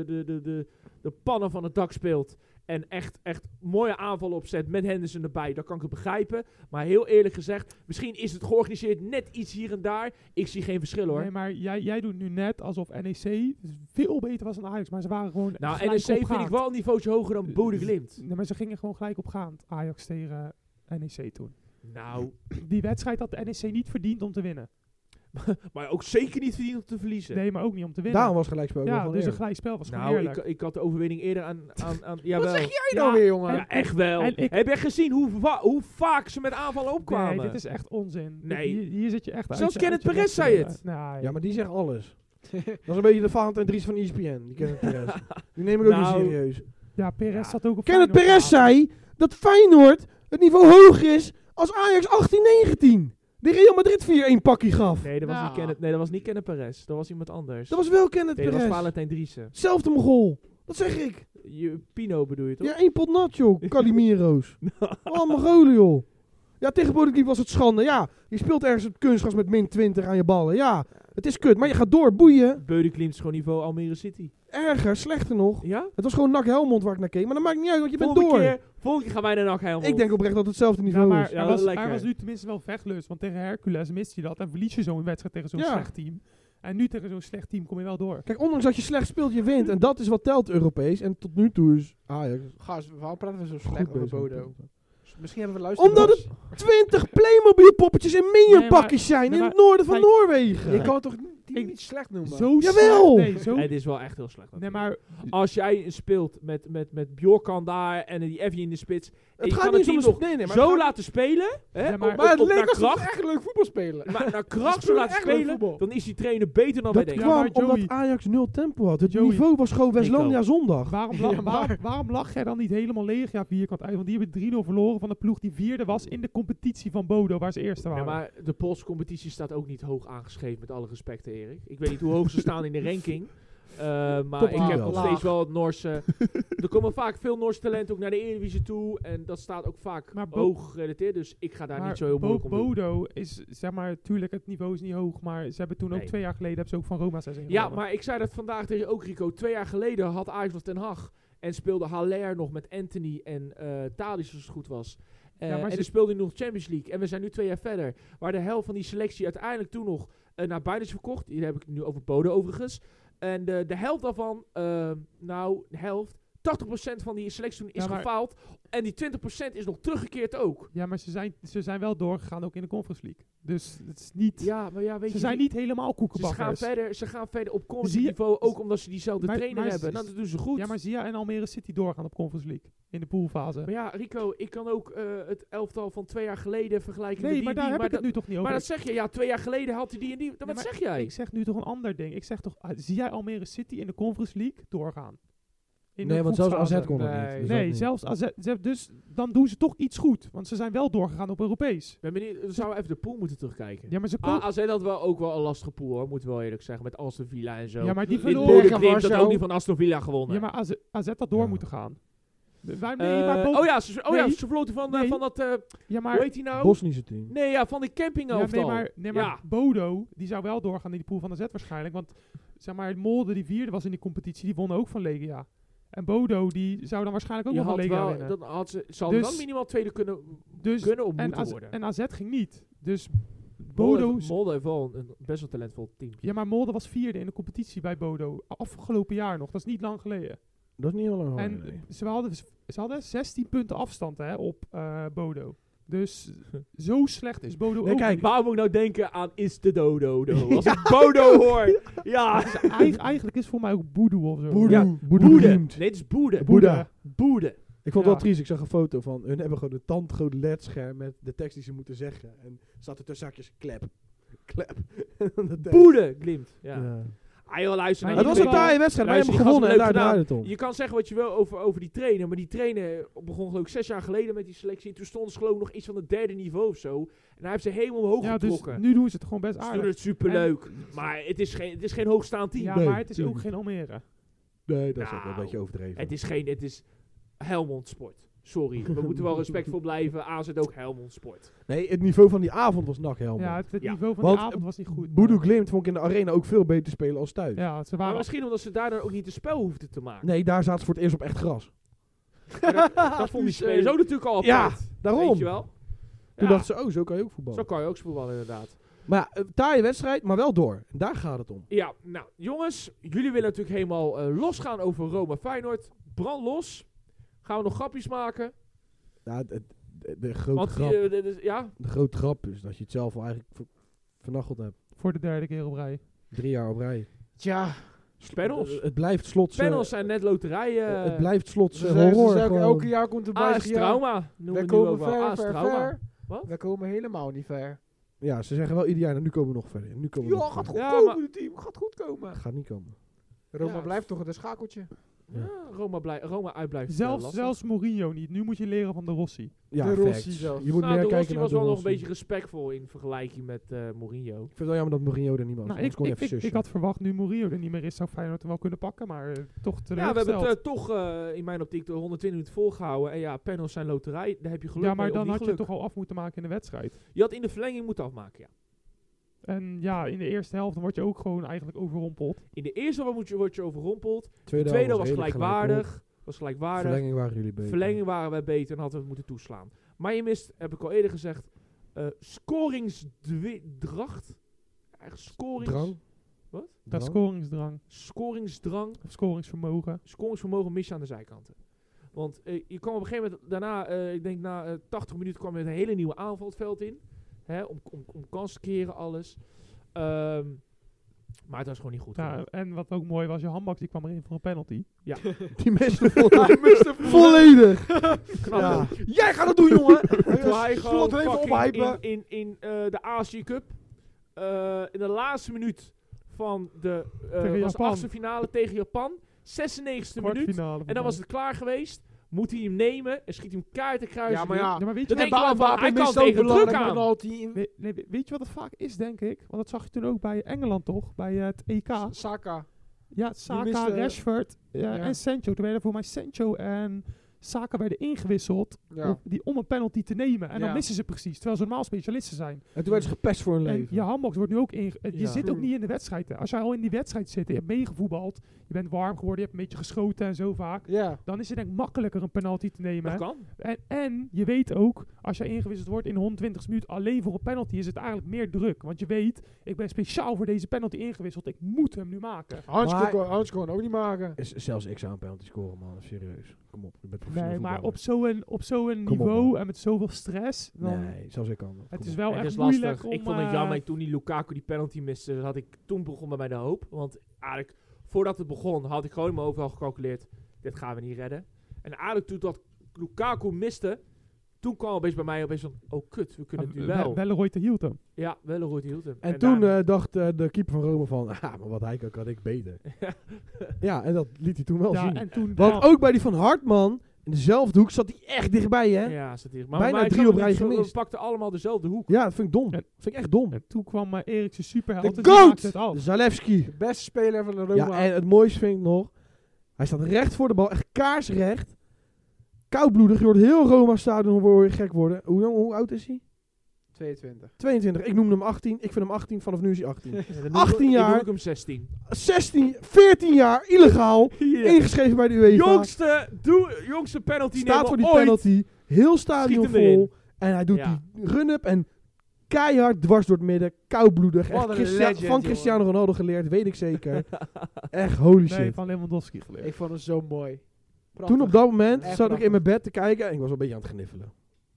de pannen van het dak speelt en echt mooie aanvallen opzet met Henderson erbij, dan kan ik het begrijpen. Maar heel eerlijk gezegd, misschien is het georganiseerd net iets hier en daar. Ik zie geen verschil hoor. Nee, maar jij doet nu net alsof NEC veel beter was dan Ajax. Maar ze waren gewoon Nou, gelijk NEC vind opgaand. ik wel een niveautje hoger dan Bode Glimt. Nee, maar ze gingen gewoon gelijk opgaand. Ajax tegen NEC toen. Nou, Die wedstrijd had de NEC niet verdiend om te winnen. maar ook zeker niet verdiend om te verliezen. Nee, maar ook niet om te winnen. Daarom was gelijkspel ook wel ja, gewoon dus een eerlijk. gelijkspel was gewoon Nou, eerlijk. ik had de overwinning eerder aan jawel. Wat zeg jij Ja, nou weer, jongen? Ja, echt wel. en ik- Heb je gezien hoe vaak ze met aanvallen opkwamen? Nee, dit is echt onzin. Nee. Hier zit je echt uit. Zelfs je- Kenneth uit je Perez bed zei te het. lullen. Nee. Ja, maar die zegt alles. Dat is een beetje de Valentijn en Dries van ESPN. Die Kenneth Perez. Die neem ik ook Nou, niet serieus. Ja, Perez Ja. zat ook op Kenneth Feyenoord Perez aan. zei dat Feyenoord het niveau hoger is als Ajax 18-19. Die Real Madrid 4-1 pakkie gaf. Nee, dat was Nou. niet dat was niet Kenneth Perez. Dat was iemand anders. Dat was wel Kenneth nee, dat was Perez. Valentijn Driessen. Zelfde Mogol. Dat zeg ik. Pino bedoel je toch? Ja, 1 pot nat, joh. Calimiro's. Oh, Mongolen, joh. Ja, tegen Bodø/Glimt was het schande. Ja, je speelt ergens op kunstgras met min 20 aan je ballen. Ja, het is kut. Maar je gaat door, boeien. Bode Glimt is gewoon niveau Almere City. Erger, slechter nog. Ja? Het was gewoon NAC Helmond waar ik naar keek. Maar dat maakt niet uit, want je bent Volgende door. keer gaan wij naar NAC Helmond. Ik denk oprecht dat het hetzelfde niveau maar is. Ja, er, dat is was, lekker. er was nu tenminste wel vechtlust. Want tegen Hercules mist je dat. En verlies je zo'n wedstrijd tegen zo'n Ja. slecht team. En nu tegen zo'n slecht team kom je wel door. Kijk, ondanks dat je slecht speelt, je wint. En dat is wat telt Europees. En tot nu toe is Ajax Gast, waarom praten we zo goed slecht over bezig. Bodo? Misschien hebben we luisteren. Omdat het 20 Playmobil poppetjes en Minion Nee, maar- pakjes zijn nee, in maar- het noorden van kijk, Noorwegen. Je kan toch die Ik- niet slecht noemen? Zo Jawel! slecht- Nee, zo, Het is wel echt heel slecht. nee, maar Als jij speelt met Bjorkan daar en die Evie in de spits. En Het je gaat kan niet het om team de... nog Nee, nee, maar zo het gaat- laten spelen. Hè, Ja, maar- op- Maar het op leek naar alsof kracht. ze echt leuk voetbal spelen. Maar naar kracht zo spelen laten echt leuk spelen, voetbal. dan is die trainer beter dan wij Dat denken. Ja, kwam maar Joey- omdat Ajax 0 tempo had. Het Joey- niveau was gewoon West-Lonia zondag. waarom, Ja, maar- waarom lag jij dan niet helemaal leeg? Ja, vierkant uit. Want die hebben 3-0 verloren van de ploeg die vierde was in de competitie van Bodo, waar ze eerste Ja, waren. maar de Poolse competitie staat ook niet hoog aangeschreven, met alle respect, Erik. Ik weet niet hoe hoog ze staan in de ranking. Maar Top ik heb 10 nog wel. steeds wel het Noorse... er komen vaak veel Noorse talenten ook naar de Eredivisie toe. En dat staat ook vaak Maar hoog gerelateerd. Dus ik ga daar Maar niet zo heel moeilijk om doen. Bodo is, zeg maar, tuurlijk, het niveau is niet hoog. Maar ze hebben toen ook Nee. 2 jaar geleden, hebben ze ook van Roma 6 Ja, maar ik zei dat vandaag tegen ook, Rico. 2 jaar geleden had Ajax nog Ten Hag. En speelde Haller nog met Anthony en Tadic als het goed was. Ja, maar en ze- ze speelde nu nog Champions League. En we zijn nu 2 jaar verder. Waar de helft van die selectie uiteindelijk toen nog naar buiten is verkocht. Hier heb ik het nu over Bodo overigens. En de helft daarvan, de helft, 80% van die selectie toen is Ja, maar- gefaald. En die 20% is nog teruggekeerd ook. Ja, maar ze zijn wel doorgegaan ook in de Conference League. Dus het is niet... Ja, maar ja, weet ze je... zijn niet helemaal Ze gaan koekenbakkers. verder op Zie conference je- niveau, ook omdat ze diezelfde Maar- trainer maar hebben. s- Nou, dat doen ze goed. Ja, maar zie je en Almere City doorgaan op Conference League. In de poolfase. Maar ja, Rico, ik kan ook het elftal van 2 jaar geleden vergelijken met Nee, die maar daar en die. heb ik het nu toch niet over. Maar dat zeg je, ja, 2 jaar geleden had hij die en die. Wat maar zeg jij? Ik zeg nu toch een ander ding. Ik zeg toch, zie jij Almere City in de Conference League doorgaan? In Nee, de want zelfs groepsfase. AZ kon het Nee. niet. Dus Nee, dat niet. zelfs AZ. Dus dan doen ze toch iets goed. Want ze zijn wel doorgegaan op Europees. Ben benieuwd, dan zouden we even de pool moeten terugkijken. Ja, maar ze komen... AZ had wel ook wel een lastige pool hoor, moeten we wel eerlijk zeggen. Met Aston Villa en zo. Ja, maar die Dit verloren... Bode Tegen Glimt had Warschau. ook niet van Aston Villa gewonnen. Ja, maar AZ had door Ja. moeten gaan. Nee, maar Bo- oh ja, ze Nee. verloten van, Nee. van dat, ja, maar... hoe heet die nou? Bosnische team. Nee, ja, van die camping Ja, elftal. nee, maar Ja. Bodo, die zou wel doorgaan in die pool van AZ waarschijnlijk. Want zeg maar, Molde, die vierde was in die competitie, die won ook van Legia. En Bodo, die zou dan waarschijnlijk ook Je wel van had Legia wel, winnen. dan had ze hadden Dus- dan minimaal tweede kunnen Dus, of en, moeten worden. en AZ ging niet. Dus Molde Bodo... Molde heeft wel een best wel talentvol team. Ja, maar Molde was vierde in de competitie bij Bodo. Afgelopen jaar nog. Dat is niet lang geleden. Dat is niet heel lang En geleden, nee. ze hadden 16 punten afstand op Bodo. Dus zo slecht is Bodo Nee, ook kijk, niet. Waar moet ik nou denken aan is de dodo? Als ik Bodo hoor. Ja. Eigenlijk is het voor mij ook Boedoe of zo. Boedoe. Ja, Boedoe Boede. Glimt. Nee, het is Boede. Boeddha. Boede. Ik vond het Ja. wel triest. Ik zag een foto van hun hebben gewoon een tandgroot LED-scherm met de tekst die ze moeten zeggen. En staat er tussen zakjes klep. Klep. En dan de tekst. Boede glimt. Ja. Ja. Ah joh, luister. Maar nou, Het je was een weet- taaie wedstrijd, maar je luister, hebt hem die gewonnen en gasten daar hebben draaide het om. Je kan zeggen wat je wil over die trainer, maar die trainer begon geloof ik 6 jaar geleden met die selectie. Toen stonden ze geloof ik nog iets van het 3e niveau of zo. En hij heeft ze helemaal omhoog Ja, dus getrokken. nu doen ze het gewoon best Ze doen aardig. het superleuk. Maar het is geen hoogstaand team. Ja, Nee, maar het is ook tuurlijk. geen Almere. Nee, dat is ook wel een Nou, beetje overdreven. Het is Helmond Sport. Sorry, we moeten wel respectvol blijven. AZ ook Helmond Sport. Nee, het niveau van die avond was NAC helemaal. Ja, het Ja. niveau van Want, die avond was niet goed. Boedoe maar- Glimt vond ik in de arena ook veel beter spelen als thuis. Ja, ze Maar waren... misschien omdat ze daar dan ook niet het spel hoefden te maken. Nee, daar zaten ze voor het eerst op echt gras. Dat vond die spelers ook natuurlijk al Ja, apart. daarom. Weet je wel? Toen Ja, dachten ze, oh, zo kan je ook voetballen. zo kan je ook voetballen inderdaad. Maar ja, taaie wedstrijd, maar wel door. En daar gaat het om. Ja, nou jongens, jullie willen natuurlijk helemaal losgaan over Roma Feyenoord. Brand los. Gaan we nog grapjes maken? Ja, de grote Want grap, ja, de grote grap is dat je het zelf al eigenlijk vernacheld hebt. Voor de 3e keer op rij. 3 jaar op rij. Tja, panels. Het blijft slot. Panels zijn net loterijen. Het blijft slot. ze zeggen Horror. ook gewoon. elke jaar komt erbij. AS Trauma. Noemen We we nu komen ook wel. ver, AS ver, Trauma. ver. Wat? We komen helemaal niet ver. Ja, ze zeggen wel ieder jaar, nou, nu komen we nog verder. Nu komen we Ja, nog gaat verder. goed Ja, komen, maar- het team. Gaat goed komen. Gaat niet komen. Roma Ja. blijft toch een schakeltje. Ja, Roma uitblijft. Zelfs Mourinho niet. Nu moet je leren van de Rossi. Ja, De Rossi facts. zelfs. Je moet Nou, meer de kijken Rossi naar was de wel nog Rossi. een beetje respectvol in vergelijking met Mourinho. Ik vind het wel jammer dat Mourinho er niet was. Nou, Anders kon je even ik sussen. had verwacht, nu Mourinho er niet meer is, zou Feyenoord hem wel kunnen pakken. Maar toch Ja, we teleurgesteld. hebben het toch in mijn optiek de 120 minuten volgehouden. En ja, panels zijn loterij. Daar heb je geluk Ja, maar mee, of dan niet had je het geluk. toch al af moeten maken in de wedstrijd. Je had in de verlenging moeten afmaken, ja. En ja, in de eerste helft dan word je ook gewoon eigenlijk overrompeld. In de eerste helft word je overrompeld. De Tweede tweede helft was redelijk gelijkwaardig. Verlenging waren jullie beter. Verlenging waren wij beter en hadden we het moeten toeslaan. Maar je mist, heb ik al eerder gezegd, scoringsdracht. Drang. Wat? Dat Drang? scoringsdrang Scoringsdrang. of scoringsvermogen. Scoringsvermogen mis je aan de zijkanten. Want je kwam op een gegeven moment daarna, ik denk na 80 minuten kwam je met een hele nieuwe aanval het veld in. Hè, om kansen te keren, alles. Maar het was gewoon niet goed. Ja, en wat ook mooi was, je handbak die kwam erin voor een penalty. Die miste volledig. Knap, Ja. hè? Jij gaat het doen, jongen! Toen hij gewoon Slot even fucking ophypen. in de Azië Cup. In de laatste minuut van de Tegen was Japan. achtste finale tegen Japan. 96e minuut. Kwartfinale. En dan was het klaar geweest. Moet hij hem nemen en schiet hij hem kaart te kruisen. Ja, maar ja. Ja, maar weet je Dat wat? denk ik wel van, hij kan tegen druk aan. penalty. Weet je wat het vaak is, denk ik? Want dat zag je toen ook bij Engeland, toch? Bij het EK. Saka. Ja, Saka, miste- Rashford Ja. en Sancho. Toen werden voor mij Sancho en Saka werden ingewisseld Ja. om een penalty te nemen. En dan Ja. missen ze precies, terwijl ze normaal specialisten zijn. En toen werd ze gepest voor hun En leven. je handbox wordt nu ook je Ja. zit ook niet in de wedstrijd. Hè. Als jij al in die wedstrijd zit, je hebt meegevoetbald, je bent warm geworden, je hebt een beetje geschoten en zo vaak. Ja. Dan is het denk ik makkelijker een penalty te nemen. Dat kan. En je weet ook, als jij ingewisseld wordt in de 120 minuut alleen voor een penalty, is het eigenlijk meer druk. Want je weet, ik ben speciaal voor deze penalty ingewisseld, ik moet hem nu maken. Hans kon ook niet maken. Zelfs ik zou een penalty scoren, man. Serieus. Kom op. Je bent professioneel Nee, maar voetballer. op zo'n Kom op, niveau man. en met zoveel stress, dan Nee, zelfs ik kan. het Kom is op. wel Het echt is moeilijk lastig. om... Ik vond het jammer toen die Lukaku die penalty miste. Toen begon bij mij de hoop. Want eigenlijk, voordat het begon, had ik gewoon in mijn hoofd al gecalculeerd. Dit gaan we niet redden. En eigenlijk toen dat Lukaku miste, toen kwam opeens bij mij opeens van, oh kut, we kunnen het nu wel. Welleroy hield hem. Ja, Welleroy hield hem. En toen daarna- dacht de keeper van Rome van, maar wat hij kan, kan ik beter. Ja, en dat liet hij toen wel Ja, zien. en toen... Want ook bij die van Hartman, in dezelfde hoek, zat hij echt dichtbij, hè? ja, zat hier. Bijna ik 3 zag op het rij niet zo- gemist. We pakten allemaal dezelfde hoek. Ja, dat vind ik dom. En- vind ik echt dom. En toen kwam Eriksen superheld. De en die maakte GOAT! het af. Zalewski. De beste speler van de Roma. Ja, en het mooiste vind ik nog, hij staat recht voor de bal, echt kaarsrecht. Koudbloedig, je hoort heel Roma stadion hoor je gek worden. Hoe oud is hij? 22. 22. Ik noemde hem 18. Ik vind hem 18, vanaf nu is hij 18. Ja, dan noem 18 ik- jaar. Dan noem ik hem 16. 16, 14 jaar, illegaal, ingeschreven bij de UEFA. Jongste penalty Staat nemen voor die ooit. penalty, heel stadion Schiet hem erin. vol. En hij doet Ja. die run-up en keihard dwars door het midden, koudbloedig. Wat Echt een legend, van jongen. Cristiano Ronaldo geleerd, weet ik zeker. Echt holy Nee, shit. van Lewandowski geleerd. Ik vond het zo mooi. Prachtig. Toen op dat moment Echt zat ik prachtig. in mijn bed te kijken en ik was een beetje aan het gniffelen.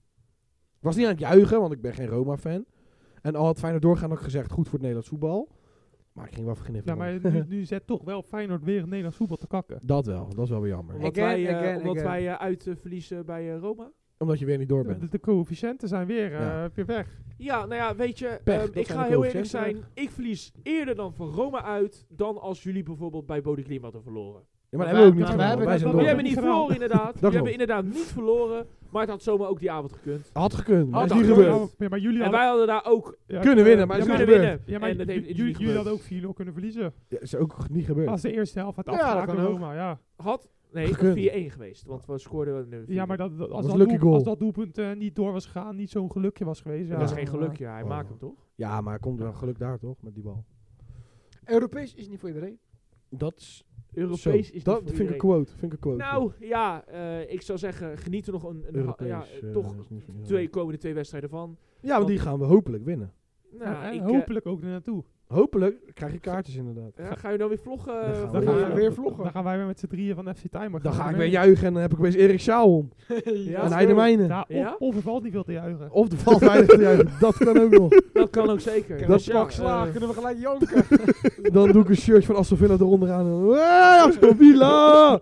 Ik was niet aan het juichen, want ik ben geen Roma-fan. En al had Feyenoord doorgaan, had ik gezegd, goed voor het Nederlands voetbal. Maar ik ging wel even Ja, gniffelen. maar nu zet toch wel Feyenoord weer het Nederlands voetbal te kakken. Dat wel, dat is wel weer jammer. Omdat Again, wij, again, omdat again. wij verliezen bij Roma. Omdat je weer niet door bent. De coëfficiënten zijn weer weg. Ja, nou ja, weet je, Pech, dat ik zijn ga de heel eerlijk coëfficiënten. zijn. Ik verlies eerder dan van Roma uit dan als jullie bijvoorbeeld bij Bodø Glimt hadden verloren. Ja, maar Maar dat hebben we wij- ook niet maar wij gedaan. hebben Wij dat zijn wel- Jullie door. hebben niet gedaan. verloren inderdaad. Jullie hebben klopt. inderdaad niet verloren, maar het had zomaar ook die avond gekund. Had gekund, maar Had is niet gekund. gebeurd. Ja, maar jullie En hadden... wij hadden daar ook Kunnen winnen, maar ja, is niet kunnen gebeurd. winnen. Ja, maar En dat heeft niet jullie gebeurd. hadden ook 4-0 kunnen verliezen. Ja, is ook niet gebeurd. Als de eerste helft had Ja, dat afgemaakt kan ook. Roma, ja. Nee, Gekund. 4-1 geweest. Want we scoorden wel nu. Ja, maar als, was dat een lucky goal. als dat doelpunt niet door was gegaan, niet zo'n gelukje was geweest. Dat is ja, geen dan, gelukje. Hij Oh. maakt hem toch? Ja, maar komt wel geluk daar toch, met die bal. Europees is niet voor iedereen. Dat is Europees zo. is niet Dat voor vind ik een iedereen. quote. Nou, ja, ik zou zeggen, geniet er nog toch komende twee wedstrijden van. Ja, want die gaan we hopelijk winnen. Nou, en ik, hopelijk ook er naartoe. Hopelijk krijg je kaartjes inderdaad. ga je dan weer vloggen? Dan gaan Dan we gaan weer- we weer vloggen. Dan gaan wij weer met z'n drieën van FC Tijmen. Dan ga ik weer juichen en dan heb ik opeens Erik Schaal om. Ja, En hij de mijne. Ja, Ja? of er valt niet veel te juichen. Of de valt weinig te juichen. Dat kan ook nog. Dat kan ook zeker. Dat Dus pak ja, slaag, kunnen we gelijk janken. Dan doe ik een shirt van Aston Villa eronder aan. En hey, Aston Villa!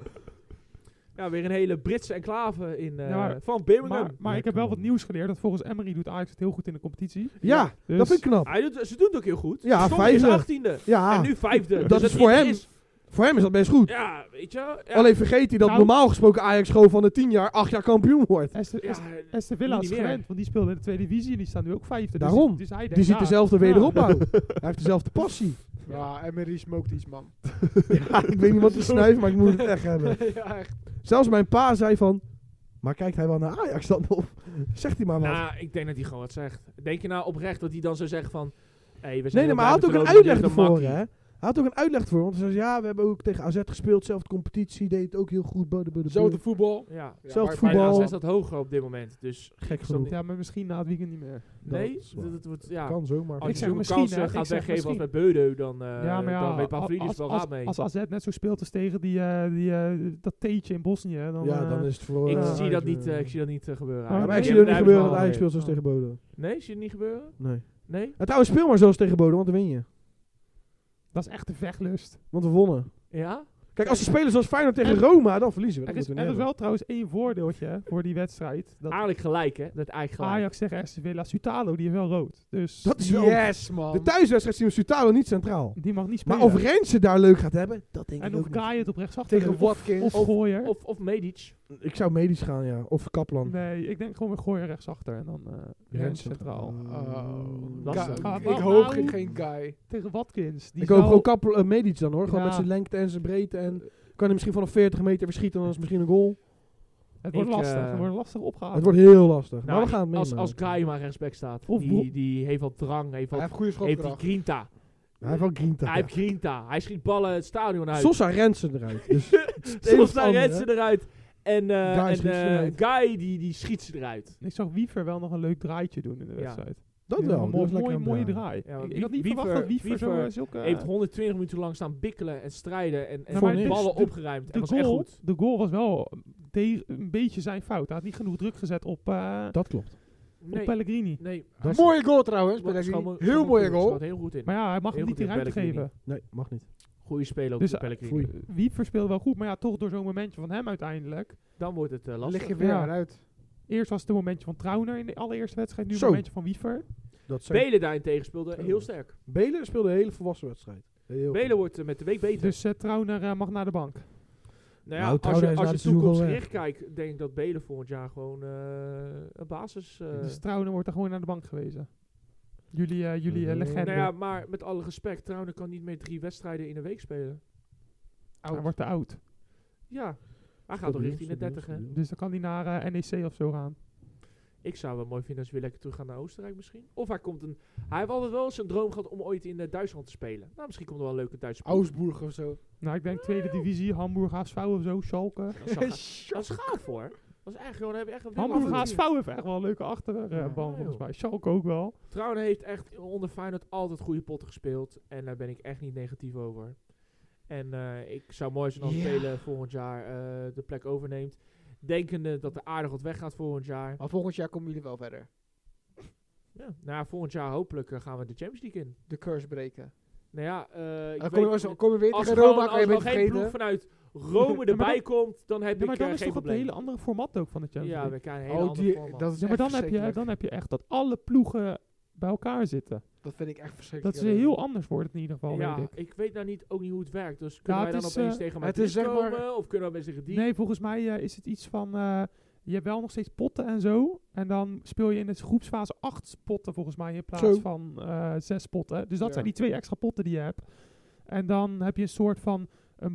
ja, weer een hele Britse enclave in, Ja, maar- van Birmingham. Maar ik heb wel wat nieuws geleerd. Dat volgens Emery doet Ajax het heel goed in de competitie. Ja, Dus- dat vind ik knap. Ze doen het ook heel goed. Ja, Ze stonden eerst vijfde. 18e. Ja, En nu 5e. dat Dus is voor het hem. Voor hem is dat best goed. Ja, weet je. Ja. Alleen vergeet hij dat Nou- normaal gesproken Ajax gewoon van de 10 jaar 8 jaar kampioen wordt. Aston Ja, Villa nu is niet meer. gewend, want die speelde in de tweede divisie en die staan nu ook vijfde. Daarom. Dus hij denkt, Die ziet ja, dezelfde ja. wederopbouw. Hij heeft dezelfde passie. Ja, Emery smoked iets, man. Ja, ik weet niet wat te snuiven, maar ik moet het echt hebben. Ja, echt. Zelfs mijn pa zei van... Maar kijkt hij wel naar Ajax dan? Of zegt hij maar wat? Nou, ik denk dat hij gewoon wat zegt. Denk je nou oprecht dat hij dan zou zeggen van... Hey, we zijn Nee, heel maar hij had blij ook met een de uitleg loting, ervoor, dit is hè? Hij had ook een uitleg ervoor. Want hij zei, ja, we hebben ook tegen AZ gespeeld. Zelfde competitie, deed het ook heel goed. Zelfde voetbal. Ja. Ja, Zelfde maar- voetbal. Maar AZ staat hoger op dit moment. Dus Gek ik genoeg. Ja, maar misschien na het weekend niet meer. Nee, Dat is waar. dat wordt... Ja. Kan zo, maar... Als Ik je zeg zo'n misschien, kansen hè. Ik gaat zeg weggeven als misschien. met Beudeu, dan, Ja, maar ja, dan weet Pavlidis wel raad mee. als AZ net zo speelt als tegen dat teetje in Bosnië, dan... Ja, dan is het voor... Ik Ajax, zie dat niet, ik ik zie dat niet gebeuren. Ja, Ja, maar nee, ik zie Die het niet hebben gebeuren dat daar Ajax speelt wel- zoals tegen Bodo. Nee, zie je het niet gebeuren? Nee. Nee? En trouwens, speel maar zoals tegen Bodo, want dan win je. Dat is echt de vechtlust. Want we wonnen. Ja? Kijk, als ze spelen zoals Feyenoord tegen En- Roma, dan verliezen we. Er Dat is, moeten we er niet is wel trouwens één voordeeltje hè, voor die wedstrijd. Dat Eigenlijk gelijk, hè? Dat eigenlijk gelijk. Ajax tegen Aston Villa, Sutalo, die is wel rood. Dus Dat is wel... Yes, man. De thuiswedstrijd zien we Sutalo niet centraal. die mag niet spelen. Maar of Rensen daar leuk gaat hebben, dat denk en ik of ook niet. Gaai het op rechtsachter Tegen of Watkins. Gooier. Of Medic. Ik zou medisch gaan, ja. Of Kaplan. Nee, ik denk gewoon weer Gooier rechtsachter en dan Rens centraal. Oh. Lastig. Ga- Maar ik hoop nou- geen guy. Tegen Watkins. Die Ik is hoop wel- gewoon Kaplan, medisch dan hoor. Gewoon Ja. met zijn lengte en zijn breedte. En kan hij misschien vanaf 40 meter verschieten, dan is het misschien een goal. Het wordt Ik, lastig. Het wordt lastig opgehaald. Het wordt heel lastig. Nou, maar we gaan het meemaken. als Guy maar rechtsback staat. Of Die heeft wat drang, heeft Hij wat, heeft goede heeft die schotkracht. grinta. Hij heeft wel grinta. Hij heeft grinta. Hij schiet ballen het stadion uit. Sosa Rensen eruit. Dus Soms daar ander, redt hè? ze eruit. En, Guy schiet ze eruit. Guy die schiet ze eruit. Ik zag Wiever wel nog een leuk draaitje doen in de Ja. wedstrijd. dat Ja, wel. een Dat was lekker mooie, aan mooie het draai. Ja, ik had niet Wiever- verwacht dat Wiever zo Wiever zulke... heeft 120 minuten lang staan bikkelen en strijden. En Nou, maar de dit- ballen de- opgeruimd. En de was echt goal, goed. de goal was wel een beetje zijn fout. Hij had niet genoeg druk gezet op Dat klopt. Nee, Pellegrini. nee. Dat is- Mooie goal trouwens. Hij Pellegrini. schoot Heel mooie goal. Schoot heel goed in. Maar ja, hij mag Heel hem niet goed die in ruimte Pellegrini. geven. Nee, mag niet. Goeie speler ook Dus, voor Pellegrini. foei. Wiever speelde wel goed, maar ja, toch door zo'n momentje van hem uiteindelijk. Dan wordt het Dan lastig. lig je weer Ja. eruit. Eerst was het een momentje van Trauner in de allereerste wedstrijd, nu een Zo. momentje van Wiever. Dat zijn Belen daarentegen speelde heel sterk. Belen speelde een hele volwassen wedstrijd. Heel Belen goed. wordt met de week beter. Dus Trauner mag naar de bank. Nou ja, Nou, als je, Trouwner is als na je dit seizoen gewoon toekomstgericht kijkt, denk ik dat Belen volgend jaar gewoon een basis... Dus Trauner wordt er gewoon naar de bank gewezen. Jullie legende. nou ja, maar met alle respect, Trauner kan niet meer 3 wedstrijden in een week spelen. Hij wordt te oud. Ja, hij gaat toch richting de 30, hè? Dus dan kan hij naar NEC of zo gaan. Ik zou het mooi vinden als we weer lekker terug gaan naar Oostenrijk misschien. Of hij komt hij heeft altijd wel eens een droom gehad om ooit in Duitsland te spelen. Nou, misschien komt er wel een leuke Duitse ploeg. Augsburg of zo. Nou, ik denk tweede divisie, Hamburg, HSV of zo, Schalke. Dat is gaaf hoor. Dat is echt gewoon, dan heb je echt een Hamburg, avontuur. HSV heeft echt wel een leuke achterban Ja, volgens joh. mij. Schalke ook wel. Trouwen heeft echt onder Feyenoord altijd goede potten gespeeld. En daar ben ik echt niet negatief over. En ik zou mooi zijn als Ja. Spelen volgend jaar de plek overneemt. Denkende dat er aardig wat weggaat volgend jaar. Maar volgend jaar komen jullie wel verder. Ja, nou ja, volgend jaar hopelijk gaan we de Champions League in. De curse breken. Nou ja, ik Dan weet- komen we weer als tegen gewoon- Roma, kan je als een er beetje geen ploeg vergeten. vanuit Rome Ja, maar erbij komt, dan heb Ja, maar ik dan is geen toch het probleem. hele andere format ook van de Champions Ja, League. we krijgen een hele andere format. dat is Ja, maar echt dan verschrikkelijk. heb je echt dat alle ploegen bij elkaar zitten. Dat vind ik echt verschrikkelijk. Dat is heel anders wordt het in ieder geval, ja, weet ik. ik weet nou ook niet hoe het werkt. Dus kunnen wij het dan is, opeens tegen het Madrid is zeg maar- komen? Of kunnen we opeens tegen die? Nee, volgens mij is het iets van... je hebt wel nog steeds potten en zo. En dan speel je in de groepsfase 8 potten volgens mij in plaats Zo. van 6 potten. Dus dat Ja. zijn die 2 extra potten die je hebt. En dan heb je een soort van...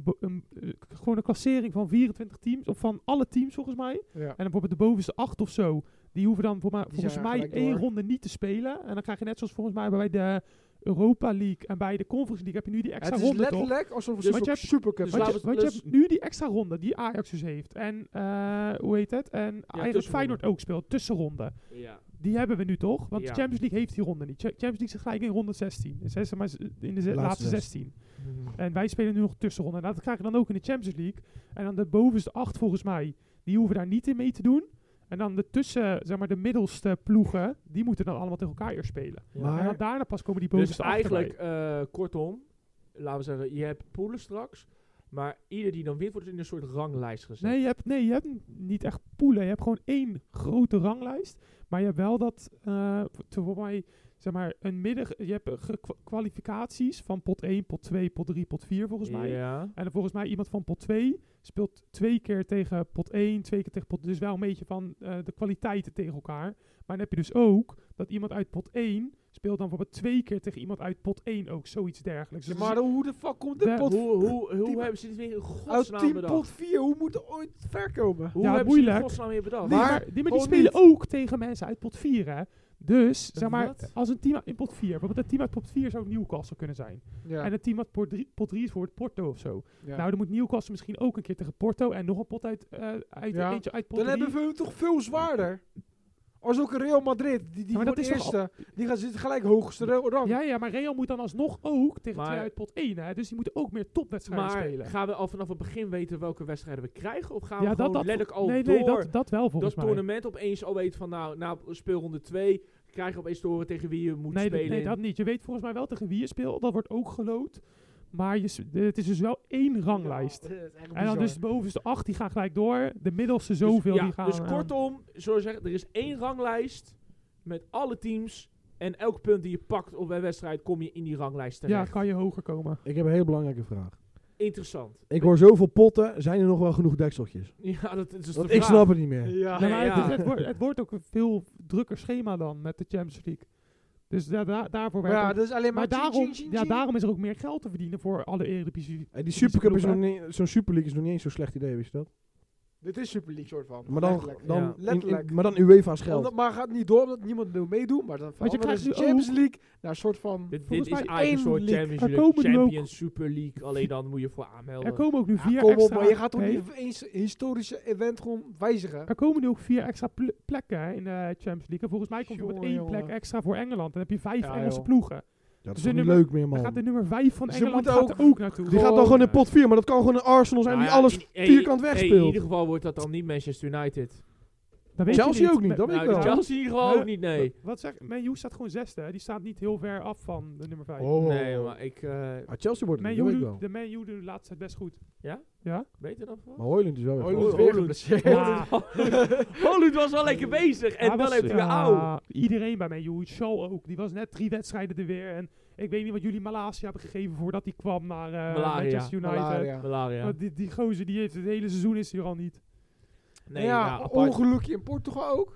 gewoon een klassering van 24 teams. Of van alle teams volgens mij. Ja. En dan bijvoorbeeld de bovenste 8 of zo. Die hoeven dan volgens zijn mij gelijk 1 door. ronde niet te spelen. En dan krijg je net zoals volgens mij bij de Europa League en bij de Conference League heb je nu die extra Het is ronde, toch? letterlijk alsof Dus een want soort je hebt- supercup dus is. laten we- Want je dus- hebt nu die extra ronde die Ajax dus heeft. En hoe heet het? En eigenlijk tussenronde. Feyenoord ook speelt. Tussenronde. Ja. Die hebben we nu toch? Want Ja. de Champions League heeft die ronde niet. Champions League zit gelijk in ronde 16. Dus zeg maar in de laatste 16. En wij spelen nu nog tussenronde. En dat krijg je dan ook in de Champions League. En dan de bovenste 8 volgens mij, die hoeven daar niet in mee te doen. En dan de zeg maar de middelste ploegen, die moeten dan allemaal tegen elkaar eerst spelen. Ja. Maar- En dan daarna pas komen die Dus bovenste 8 erbij. eigenlijk, kortom, laten we zeggen, je hebt poelen straks. Maar ieder die dan wint, wordt in een soort ranglijst gezet. Nee, je hebt niet echt poelen. Je hebt gewoon 1 grote ranglijst. Maar je hebt wel dat, voor mij, zeg maar, je hebt kwalificaties van pot 1, pot 2, pot 3, pot 4 volgens mij. Ja. En dan volgens mij iemand van pot 2 speelt 2 keer tegen pot 1, 2 keer tegen pot... Dus wel een beetje van de kwaliteiten tegen elkaar. Maar dan heb je dus ook dat iemand uit pot 1 speelt dan bijvoorbeeld 2 keer tegen iemand uit pot 1 ook. Zoiets dergelijks. Ja, Dus maar hoe de fuck komt de We- pot Hoe team- hebben ze dit weer in uit godsnaam team bedacht? pot 4? Hoe moet er ooit ver komen? Hoe Ja, hebben ze dit in moeilijk. godsnaam weer bedacht? Nee, Maar maar die gewoon spelen niet. ook tegen mensen uit pot 4, hè. Dus, zeg maar, Wat? als een team in pot 4, bijvoorbeeld een team uit pot 4 zou Newcastle kunnen zijn. Ja. En een team uit pot 3 is bijvoorbeeld Porto of zo. Ja. Nou, dan moet Newcastle misschien ook een keer tegen Porto en nog een pot uit Ja. eentje uit pot Dan 3. hebben we hem toch veel zwaarder. Als ook Real Madrid, die maar dat wordt is toch eerste, die gaan zitten gelijk hoogste rang. Ja, maar Real moet dan alsnog ook tegen Maar- 2 uit pot 1, hè. Dus die moeten ook meer topwedstrijden Maar spelen. gaan we al vanaf het begin weten welke wedstrijden we krijgen? Of gaan Ja, we dat- gewoon dat- letterlijk al nee, door dat wel volgens dat mij. toernooi opeens al weten van nou, na speelronde 2 krijgen we opeens te horen tegen wie je moet spelen. Nee, dat niet. Je weet volgens mij wel tegen wie je speelt. Dat wordt ook geloot. Maar het is dus wel 1 ranglijst. En dan dus de bovenste 8 die gaan gelijk door. De middelste zoveel die gaan... Dus kortom, zo zeggen, er is 1 ranglijst met alle teams. En elk punt die je pakt op een wedstrijd kom je in die ranglijst ja, terecht. kan je hoger komen. Ik heb een hele belangrijke vraag. Interessant. Ik hoor zoveel potten, zijn er nog wel genoeg dekseltjes? Ja, dat is dus Want de ik vraag. snap het niet meer. Ja. Nee, maar ja. het wordt ook een veel drukker schema dan met de Champions League. Dus daarvoor Maar werkt ja, het. dat is alleen maar Maar ching, ching, ching, ching. daarom is er ook meer geld te verdienen voor alle Eredivisie. Hey, die Supercup is nog ploegen. niet, zo'n Super League is nog niet eens zo'n slecht idee, wist je dat? Dit is Super League soort van. Maar dan, Letterlijk. dan, Ja. Letterlijk. maar dan UEFA's geld. Maar gaat niet door omdat niemand wil meedoen. Maar dan Want je veranderen krijgt ze nu Champions ook- League naar een soort van... Dit Volgens is mij eigenlijk een één soort league. Champions Er League, komen nu ook- Champions, Super League. Alleen dan moet je voor aanmelden. Er komen ook nu 4 kom op, extra... maar je gaat toch Nee, niet eens historische event gewoon wijzigen? Er komen nu ook 4 extra plekken hè, in de Champions League. En volgens mij komt er Jongen, 1 jongen. plek extra voor Engeland. Dan heb je 5 Ja, Engelse joh. ploegen. Dat is Dus toch de niet leuk meer, Dan man. gaat de nummer 5 van Ze Engeland moeten gaat er ook naartoe. Die gaat dan gewoon in ja. pot 4, maar dat kan gewoon een Arsenal zijn Nou die ja, alles in- vierkant in wegspeelt. ieder geval wordt dat dan niet Manchester United. Dat weet je Chelsea ook niet, Met- dat weet ik Nou, wel. Chelsea in ieder geval ook niet, nee. Wat zeg Man U staat gewoon 6e. Hè. Die staat niet heel ver af van de nummer 5. Oh. Nee, maar ik... Ah, Chelsea wordt het Man niet, U dat weet ik wel. de Man U doet de laatste tijd best goed. Ja? Ja? Beter dan voor? Maar Hojlund is wel weer Hojlund goed. is weer geblesseerd. Ja. Holland was wel lekker bezig. En Hij dan was- heeft hij weer ouw. Iedereen bij Man U. Shaw ook. Die was net 3 wedstrijden er weer. En ik weet niet wat jullie Malasia hebben gegeven voordat hij kwam naar Malaria. Manchester United. Malaria. Malaria. Want die gozer die heeft het hele seizoen is hier al niet. Nee, ja, ja, apart. ongelukje in Portugal ook.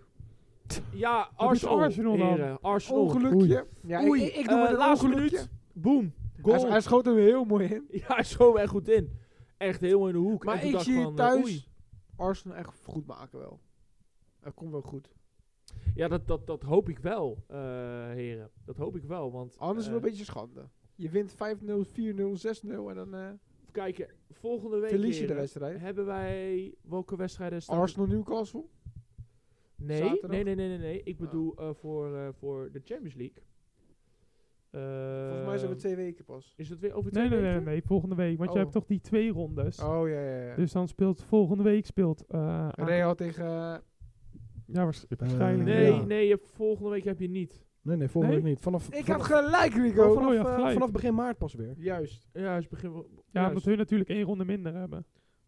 Ja, Wat doet Arsenal. Arsenal dan? heren. Arsenal. Ongelukje. Ja, Oei. ik doe het een laatste ongelukje. minuut. Boom. Hij, Goal. hij schoot hem heel mooi in. Ja, hij schoot echt goed in. Echt helemaal in de hoek. En Maar toen ik dacht zie van, thuis oei. Arsenal echt goed maken wel. Dat komt wel goed. Ja, dat hoop ik wel, heren. Dat hoop ik wel, want... Anders is het wel een beetje schande. Je wint 5-0, 4-0, 6-0 en dan Even kijken, volgende week, verlies je de heren, wedstrijd. hebben wij... Welke wedstrijden staan? Arsenal Newcastle. Nee, zaterdag? nee. Ik bedoel voor de Champions League. Volgens mij zijn we 2 weken pas. Is het weer over 2 Nee, weken? nee. Volgende week. Want je Oh. hebt toch die 2 rondes. Oh ja. Dus dan speelt volgende week Real tegen... ja, waarschijnlijk. Nee, Ja. nee, je hebt, volgende week heb je niet. Nee, volgende Nee? week niet. Vanaf, ik vanaf, had gelijk, Rico. Oh ja, gelijk. vanaf begin maart pas weer. Juist. Ja, is begin wel... Ja, juist. omdat hun natuurlijk 1 ronde minder hebben.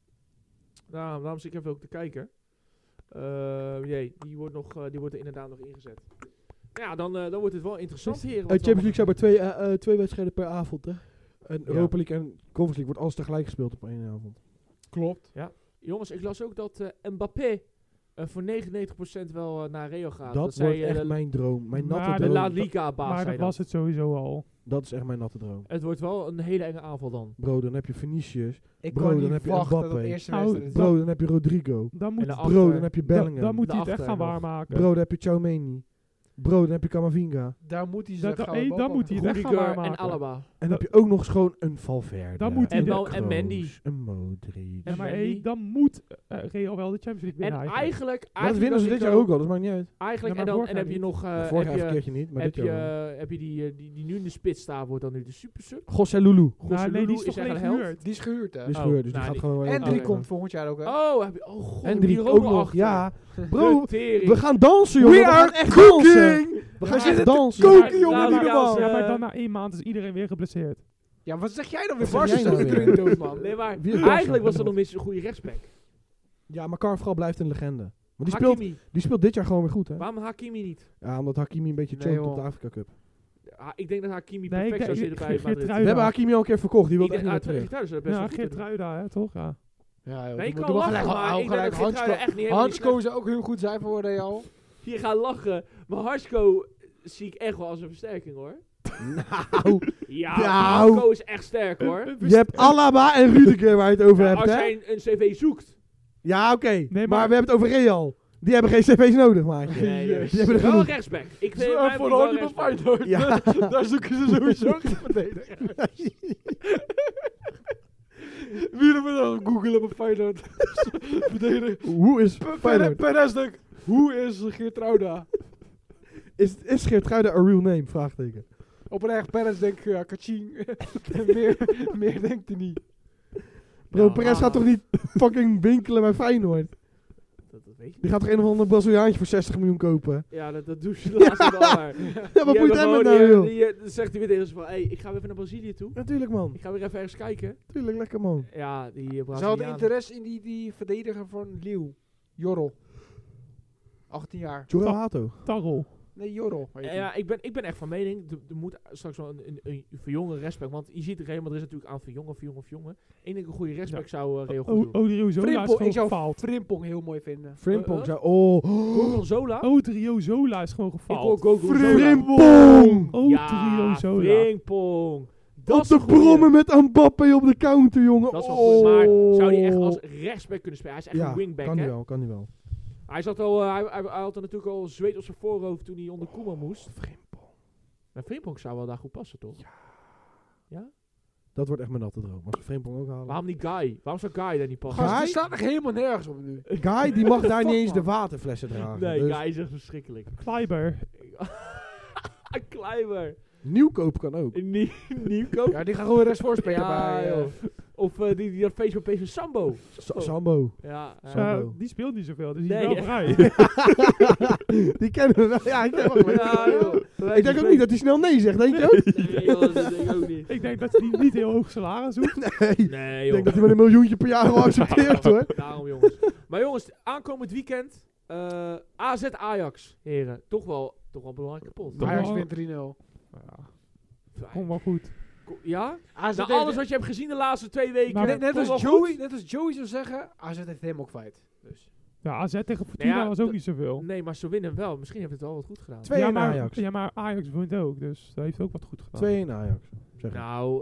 Daarom zit ik even ook te kijken. Die wordt er inderdaad nog ingezet. Ja, dan wordt het wel interessant, heren. wat Champions we League zijn maar twee wedstrijden per avond, hè. En Ja. Europa League en Conference League wordt alles tegelijk gespeeld op één avond. Klopt. Jongens, ik las ook dat Mbappé voor 99% wel naar Real gaat. Dat zei, wordt echt mijn droom. Mijn natte Maar de droom. La Liga-baas Maar zei dat was het sowieso al. Dat is echt mijn natte droom. Het wordt wel een hele enge aanval dan. Bro, dan heb je Vinicius. Ik Bro, kan dan niet heb je wachten Mbappé. tot de eerste Nou, wedstrijd. Bro, dan heb je Rodrigo. Dan En moet, de Bro, achter- dan heb je Bellingham. dan moet De hij het echt achter gaan nog. waarmaken. Bro, dan heb je Tchouameni. Bro, dan heb je Camavinga. Daar moet hij Dat- zich dan moet hij het echt gaan Rudiger en waarmaken. Alaba. En dan heb je ook nog eens gewoon een Valverde. Dan moet hij En de- wel- en Mendy. Een Modric. Ja, maar Mendy. dan moet Real wel de Champions League En winnen eigenlijk. eigenlijk... Maar dat winnen ze dit jaar ook al, dat maakt niet uit. Eigenlijk, Ja, maar en vorig heb jaar je niet. nog... Vorig jaar heb even een je, keertje niet, maar heb dit jaar wel. je, heb je die nu in de spits staat, wordt dan nu de supersub? José Lulu. Nou, nee, die is toch echt een alleen held. gehuurd. Die is gehuurd, hè? Die is Oh, gebeurd, dus nou, die die- gaat gewoon... En Oh, die ja. komt volgend jaar ook, hè? Oh, god. En die drie er ook nog nog. achter. Ja. Bro, De tering. we gaan dansen, jongen. We We are gaan echt dansen. cooking! We gaan Ja, echt maar- dansen. Koken, Ja, jongen, laat niet ik normaal. als, Ja, maar dan na 1 maand is iedereen weer geblesseerd. Ja, wat zeg jij dan weer? Wat zeg Barca jij nou is ook weer? erin dood, man. Nee, maar Wie is Barca? eigenlijk was dat nog minstens een goede rechtsback. Ja, maar Carvajal blijft een legende. Want Hakimi. die speelt dit jaar gewoon weer goed, hè? Waarom Hakimi niet? Ja, omdat Hakimi een beetje Nee, choked op de joh. Afrika Cup. Ik denk dat Hakimi Nee, ik perfect zou denk- zitten bij Geertruida. Madrid. We hebben Hakimi al een keer verkocht, die wil Ik echt denk niet meer terug. Geertruida zou dat best Ja, wel goed doen. Geertruida, hè, toch? Ja. Ja, joh, Nee, ik doe kan maar lachen, maar ik denk dat Geertruida echt niet helemaal niet Hansko zou ook heel goed zijn voor Real. Hier gaan lachen. Maar Harsco zie ik echt wel als een versterking, hoor. Nou, Ja, Nou. Harsco is echt sterk, hoor. je hebt Alaba en Rudiger waar je het over Ja, hebt, als hè? jij een cv zoekt. Ja, oké. maar- Maar we hebben het over Real. Die hebben geen cv's nodig, maatje. Nee, Die hebben er wel een genoeg. rechtsback. Ik vind Zo, mij voor wel Hardy rechtsback. Feyenoord. Ja. Daar zoeken ze sowieso geen verdediger. Wie er maar dan googelen op Feyenoord. Verdediger. Hoe is Feyenoord? Perez denkt, hoe is Geertruida? Is Geertruida a real name? Vraagteken. Oprecht, Perez denkt, ja, kaching. meer denkt hij niet. Bro, Ja. Perez gaat toch niet fucking winkelen bij Feyenoord? Dat weet je. Die gaat toch een of ander Braziliaantje voor 60 miljoen kopen? Ja, dat doen ze de laatste wel maar. Ja, wat moet hem met nou, joh? Dan zegt hij weer tegen ze van, hey, ik ga weer even naar Brazilië toe. Natuurlijk, man. Ik ga weer even ergens kijken. Tuurlijk, lekker, man. Ja, die Ze hadden Braziliaan. interesse in die verdediger van Lille. Jorrel. 18 jaar. Jurel Hato. Tarrel. Nee, Jorrel. Ja, ik ben echt van mening, er moet straks wel een verjongen respect, want je ziet Real Madrid natuurlijk aan verjongen. Ik denk een goede respect zou Real goed doen. Odriozola is Frimpong, ik gewoon zou gefaald. Frimpong heel mooi vinden. Frimpong Wat? zou... Oh. Gorgonzola? Odriozola is gewoon Ik hoor gefaald. Gorgonzola. Frimpong! Ja, Odriozola. Frimpong. Dat Op is de een goeie. brommen met Mbappé op de counter, jongen. Dat is wel goed, maar zou hij echt Oh. als rechtsback kunnen spelen? Hij is echt Ja, een wingback, kan hè? hij wel, kan hij wel. Hij had er natuurlijk al zweet op zijn voorhoofd toen hij onder Koeman moest. Frimpong. Maar Frimpong zou wel daar goed passen, toch? Dat wordt echt mijn natte droom. Als we Frimpong ook halen. Waarom niet Guy? Waarom zou Guy daar niet passen? Gast, Guy? die staat echt helemaal nergens op nu. Guy, die mag daar niet eens de man. waterflessen dragen. Nee, Dus Guy is echt verschrikkelijk. Kleiber. Kleiber. Nieuwkoop kan ook. Nieuwkoop. Ja, die gaan gewoon rest voorspelen Ja, bij... joh. Of die had Facebook PSV Sambo. Sambo. Ja. Sambo. Die speelt niet zoveel, dus die Nee, is wel ja. vrij. Die kennen we wel. Ja, ik ken hem wel. Ja, joh. Ik denk ook niet dat hij snel nee zegt, denk je ook? Nee, joh, dat denk ik ook niet. Ik denk dat hij niet heel hoog salaris hoeft. Nee. Nee, Ik joh. denk dat hij wel een miljoentje per jaar al accepteert, hoor. Daarom, jongens. Maar jongens, aankomend weekend AZ Ajax, heren. Toch wel een belangrijke pot. Toch Ajax wel. wint 3-0. Gewoon wel goed. Ja? AZ Na heeft- alles wat je hebt gezien de laatste 2 weken. Maar net komt als wel Joey, goed. net als Joey zou zeggen, AZ heeft hem ook kwijt. Dus. Ja, AZ tegen Fortuna Nou ja, was ook dat- niet zoveel. Nee, maar ze winnen wel. Misschien heeft het wel wat goed gedaan. 2-1 ja, maar, Ajax. Ja, maar Ajax wint ook, dus dat heeft ook wat goed gedaan. 2-1 Ajax. Zeg ik. Nou,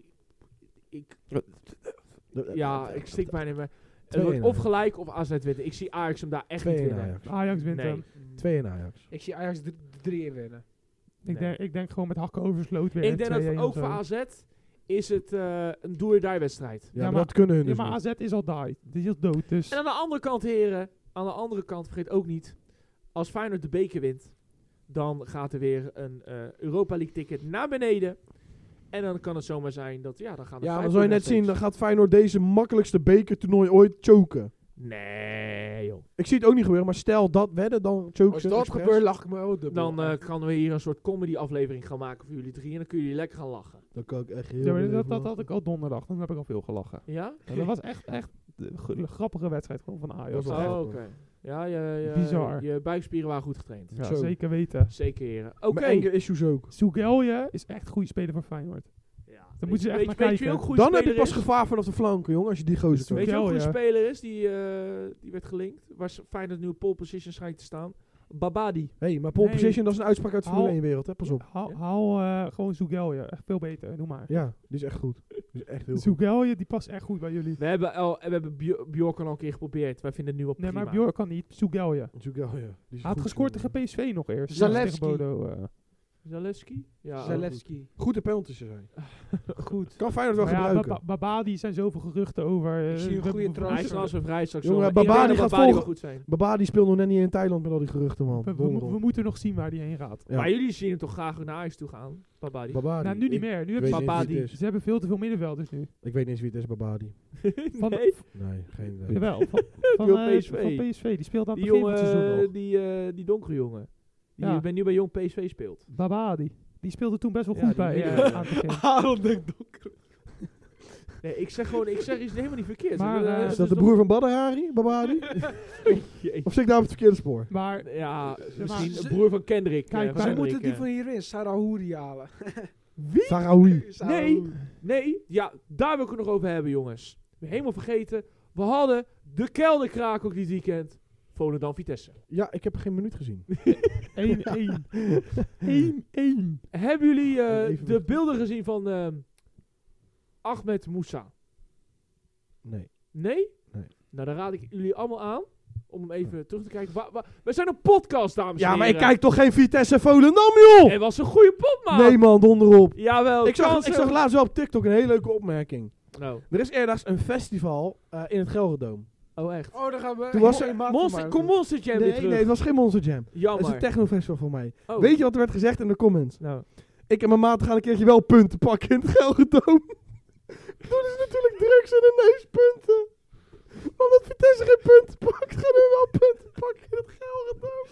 ja, ik stik bijna in mijn... Het 2-1 wordt of gelijk of AZ winnen. Ik zie Ajax hem daar echt niet 2-1 winnen. Ajax. Ajax wint Nee. hem. 2-1 Ajax. Ik zie Ajax 3 winnen. Ik denk gewoon met hakken over sloot weer. Ik denk dat 2-1 ook of zo. voor AZ is het een do-or-die wedstrijd. Ja, maar- maar dat kunnen hun Ja, dus maar niet. AZ is al died. Die is dood, dus... En aan de andere kant, heren, aan de andere kant, vergeet ook niet, als Feyenoord de beker wint, dan gaat er weer een Europa League ticket naar beneden. En dan kan het zomaar zijn dat, ja, dan gaan de Ja, dan vijf zal je net rechtstreeks. zien, dan gaat Feyenoord deze makkelijkste bekertoernooi ooit choken. Nee, joh. Nou, Ik zie het ook niet gebeuren, maar stel dat wedden, dan choke Als ze dat expres. gebeurt, lach ik me wel dubbel. dan kan we hier een soort comedy aflevering gaan maken voor jullie 3. En dan kunnen jullie lekker gaan lachen. Dan kan ik echt heel Ja, maar veel dat lachen. had ik al donderdag. Dan heb ik al veel gelachen. Ja? Ja, dat was echt een grappige wedstrijd gewoon van Ajax. Dat was Oh, echt oké. Ja, Bizar. je buikspieren waren goed getraind. Ja, Zo. zeker weten. Zeker, heren. Mijn Oké. anger issues ook. Sugelje is echt een goede speler voor Feyenoord. Ja. Daar moeten ze echt naar Weet je wie kijken. ook goede Dan heb je speler pas is? gevaar vanaf de flanken, jongen, als je die gozer Weet koopt. Weet je ook een goede Ja. speler is? Die werd gelinkt. Waar Feyenoord nu op pole position schijnt te staan. Babadi. Hé, maar pole Nee. position, dat is een uitspraak uit de Formule Hou- 1 wereld, hè? Pas op. Hou gewoon Sugelje. Echt veel beter. Doe maar. Ja, die is echt goed. Die is echt heel goed. Sugelje, die past echt goed bij jullie. We hebben Bjorkan al een keer geprobeerd. Wij vinden het nu wel Nee, prima. maar Bjork kan niet. Sugelje. Natuurlijk wel, ja. Die is Hij had goed, gescoord jongen. eh, tegen PSV nog eerst. Zalewski. Tegen Bodo, Zalewski? Ja, Zalewski. Goede penalties zijn. Goed. Kan Feyenoord wel Maar ja, gebruiken. Babadi zijn zoveel geruchten over. Ik zie een goede Hij is transfer. wel vrij straks. Jongen, Ik denk Babadi dat gaat Babadi wel volgen. goed zijn. Baba die speelt nog net niet in Thailand met al die geruchten, man. We moeten nog zien waar die heen gaat. Ja. Maar jullie zien hem toch graag naar Ajax toe gaan? Babadi. Babadi. Nou, nu niet Ik meer. Nu weet hebben niet ze, eens Babadi. wie het is. ze hebben veel te veel middenvelders nu. Ik weet niet eens wie het is, Babadi. Van, Nee, Nee, geen idee. Jawel, van PSV. Van PSV. Die speelt aan het die begin van het seizoen nog. jongen, die donkere jongen. Die Ja. nu bij Jong PSV speelt. Babadi. Die speelde toen best wel Ja, goed die bij middenvelder. aan het begin. Harold denkt donker. Nee, ik zeg iets helemaal niet verkeerd. Maar, Is dat de broer van Badahari, Babadi? Of zit ik daar op het verkeerde spoor? Maar Ja, misschien maar- een broer van Kendrick. Kijk, van wij Ze Kendrick, moeten die van hierin, Sarahouri halen. Sarawi. Sarahouri. Nee, ja, daar wil ik het nog over hebben, jongens. Helemaal vergeten. We hadden de kelderkraak ook dit weekend. Volendam Vitesse. Ja, ik heb geen minuut gezien. 1-1. 1-1. Hebben jullie Even de met- beelden gezien van Ahmed Moussa? Nee. Nee? Nee. Nou, dan raad ik jullie allemaal aan om hem even terug te kijken. We zijn een podcast, dames en Ja, heren. maar ik kijk toch geen Vitesse Volendam, joh! Het was een goede pot, man. Nee, man, donderop. Jawel. Ik zag laatst wel op TikTok een hele leuke opmerking. Nou. Er is eerdags een festival in het Gelderdoom. Oh, echt? Oh, daar gaan we. Toen was Hey, er maat Monster, van kom mij. Monster Jam weer Nee, terug. nee, het was geen Monster Jam. Het is Jammer. een technofestival voor mij. Oh. Weet je wat er werd gezegd in de comments? Nou. Ik en mijn maat gaan een keertje wel punten pakken in het Gelderdoom. Toen is natuurlijk drugs en ineens punten. Maar omdat Vitesse geen punten pakt, gaan we wel punten pakken in het Gelderdoom.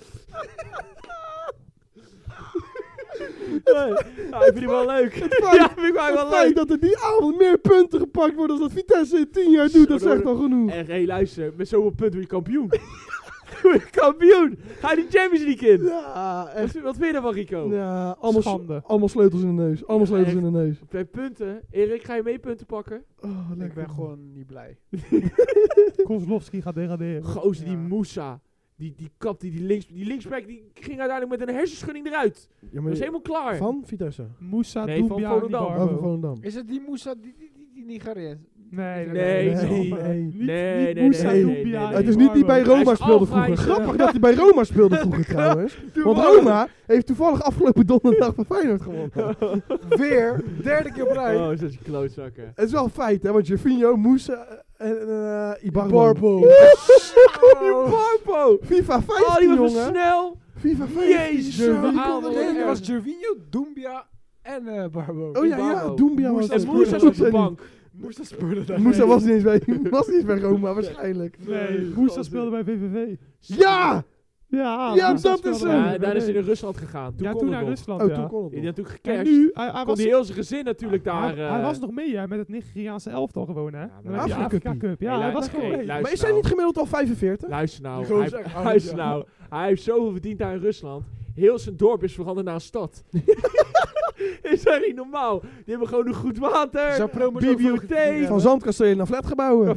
Ja, ik vind die wel leuk. feit- Ja, vind ik wel Het leuk. feit dat er die avond meer punten gepakt worden dan dat Vitesse in 10 jaar doet, dat Zo, zegt al genoeg. En hey, luister, met zoveel punten word je kampioen. Word je kampioen. Ga je die Champions League in. Ja, echt. Wat vind je daarvan, Rico? Ja, Schande. allemaal sleutels in de neus. Allemaal sleutels in de neus. Bij punten. Erik, ga je mee punten pakken? Oh, Ik lekker. ben gewoon niet blij. Kozlowski gaat degraderen. Gozer, die Ja. Moussa. Die kap, die linksback, die ging uiteindelijk met een hersenschudding eruit. Ja, Dat maar is helemaal klaar. van Vitesse. Moussa, Nee, van Doumbia, Volendam. Barbo. Oh, van Volendam. Is het die Moussa, die Nigeriër? Nee, Nee, nee. Nee, nee, Moussa, nee, Doumbia, nee, nee. Het is niet die bij Hij Roma is speelde afwijzen. vroeger. Grappig dat hij bij Roma speelde vroeger trouwens. Want Roma heeft toevallig afgelopen donderdag van Feyenoord gewonnen. Weer, derde keer op rij. Oh, dat is een klootzakken. Het is wel een feit, hè, want Gervinho, Moussa en Ibarbo. Barbo. Barbo! FIFA 15, Oh, die was jongen. wel snel. FIFA 15. Jezus, zo. zo Wie kon oud. er in? Er was erg. Gervinho, Doumbia en Barbo. Oh ja, ja, Ibarbo. Doumbia was Moussa En het. Moussa was op de niet. bank. Moussa speelde daar. Moussa was niet eens bij Roma, waarschijnlijk. Nee, Moussa speelde bij VVV. Ja! Ja, Ja, Moussa dat speelde is bij hem. Ja, VVV. daar is hij naar Rusland gegaan. Toen Ja, kon toen het naar nog. Rusland, Oh, ja. toen kon het Die nog. had toen En gecashed. nu, hij Kon was, die heel zijn gezin natuurlijk daar... hij was nog mee hè, met het Nigeriaanse elftal gewoon, hè? maar Dan heb je Afrika Afrika Cup. Cup. Ja, Hey, hij was luister, gewoon hey, mee. luister Maar is hij nou. niet gemiddeld al 45? Luister nou, Gewoon hij, zeggen, luister ja. nou. Hij heeft zoveel verdiend daar in Rusland. Heel zijn dorp is veranderd naar een stad. Is dat niet normaal? Die hebben gewoon een goed water, Zou Promos ook veel bibliotheek, verdienen? Van zandkastelen naar flatgebouwen.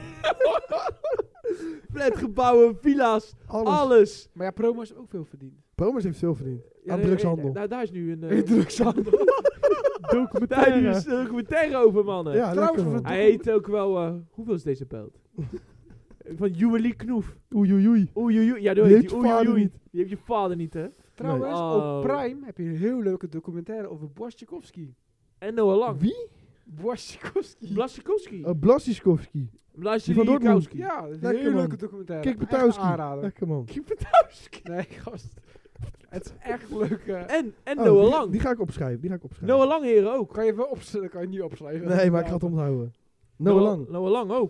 flatgebouwen, villa's, alles. Maar ja, Promos ook veel verdiend. Promos heeft veel verdiend. Ja, Aan nee, drugshandel. Nou, daar is nu een Drugshandel. daar is nu Documentaire. een documentaire over, mannen. Ja, Trouwens, lekker of man. Hij heet ook wel... hoeveel is deze belt? Van Juwelie Knoef. Oei, oei, oei. Oei, oei, oei. Ja, die Die heet heeft die je vader oei, oei. niet. Die heeft je vader niet, hè? Trouwens, Oh. op Prime heb je een heel leuke documentaire over Boszczykowski. En Noah Lang. Wie? Boszczykowski. Blasikowski. Blasikowski. Die van Dortmund. Blasikowski. Ja, dat is een Lekker, hele man. leuke documentaire. Kik Echt Petowski. aanraden. Lekker man. Nee, gast. Het is echt leuk. En Oh, Noah die- Lang. Die ga ik opschrijven. Noah Lang heren ook. Kan je wel opschrijven? Kan je niet opschrijven. Nee, maar ik ga het onthouden. Noah Lang. Noah Lang ook.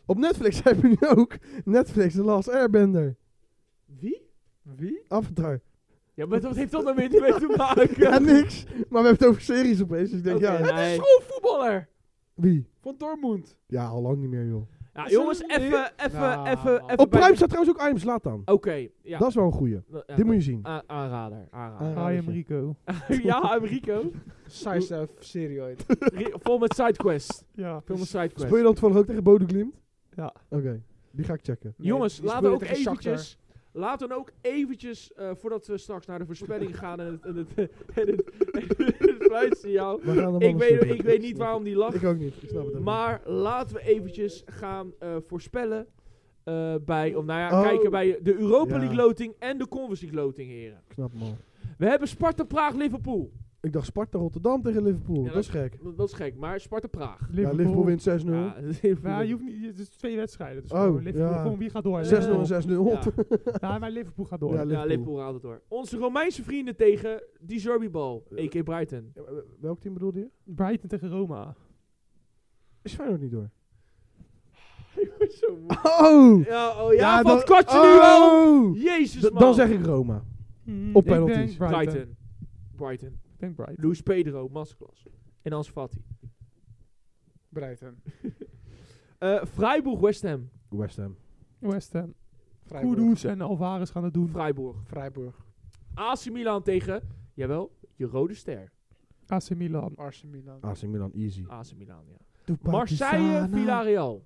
Op Netflix heb je nu ook Netflix The Last Airbender. Wie? Avatar. Ja, maar wat heeft dat nou weer mee te maken? Ja, niks. Maar we hebben het over series opeens. Dus ik denk, Oké, ja, nee. Gewoon voetballer. wie? Van Dortmund. Ja, al lang niet meer, joh. Ja, jongens, even Op bij Prime de- staat trouwens ook I'm Zlatan. Oké, ja. Dat is wel een goeie. Ja, Dit moet je zien. Aanrader. Aanrader. Hi, Rico. Ja, Rico. Saaiste serie ooit. Vol met sidequests. Ja. Veel met sidequests. Speel je dan toevallig ook tegen Bodo Glimt? Ja. Oké, die ga ik checken. Nee, Jongens, die laten we spelen ook tegen Shakhtar. eventjes... Laten we ook eventjes, voordat we straks naar de voorspelling gaan en het fluitsignaal. We gaan hem Ik anders doen. weet niet waarom die lacht. Ik ook niet, ik snap het ook Maar laten we eventjes gaan voorspellen Oh. kijken bij de Europa Ja. League loting en de Conference League loting, heren. niet. Ik snap hem al. We hebben Sparta Praag Liverpool. Ik dacht Sparta Rotterdam tegen Liverpool. Ja, dat is gek. Dat is gek, maar Sparta Praag. Ja, Liverpool wint 6-0. Ja, Ja, je hoeft niet, het is 2 wedstrijden. Dus Oh, gewoon Liverpool, ja. gewoon wie gaat door? 6-0 en 6-0. Ja. Ja, maar Liverpool gaat door. Ja, Ja, Liverpool haalt het door. Onze Romeinse vrienden tegen die Zerbibal, a.k.a. Brighton. Ja, welk team bedoelde je? Brighton tegen Roma. Is Feyenoord niet door? Ik word zo moe. Oh! Ja, dan- wat kotje nu wel! Oh! Jezus, man. Dan zeg ik Roma. Op Ik penalties. denk Brighton. Brighton. Ik denk Brighton. Luis Pedro, masterclass. En Ansu Fati. Brighton. Freiburg, West Ham. West Ham. West Ham. Freiburg. Kudus en Alvarez gaan het doen. Freiburg. Freiburg. AC Milan tegen, jawel, je rode ster. AC Milan. Arsenal Milan. AC Milan, easy. AC Milan, ja. Marseille, Villarreal.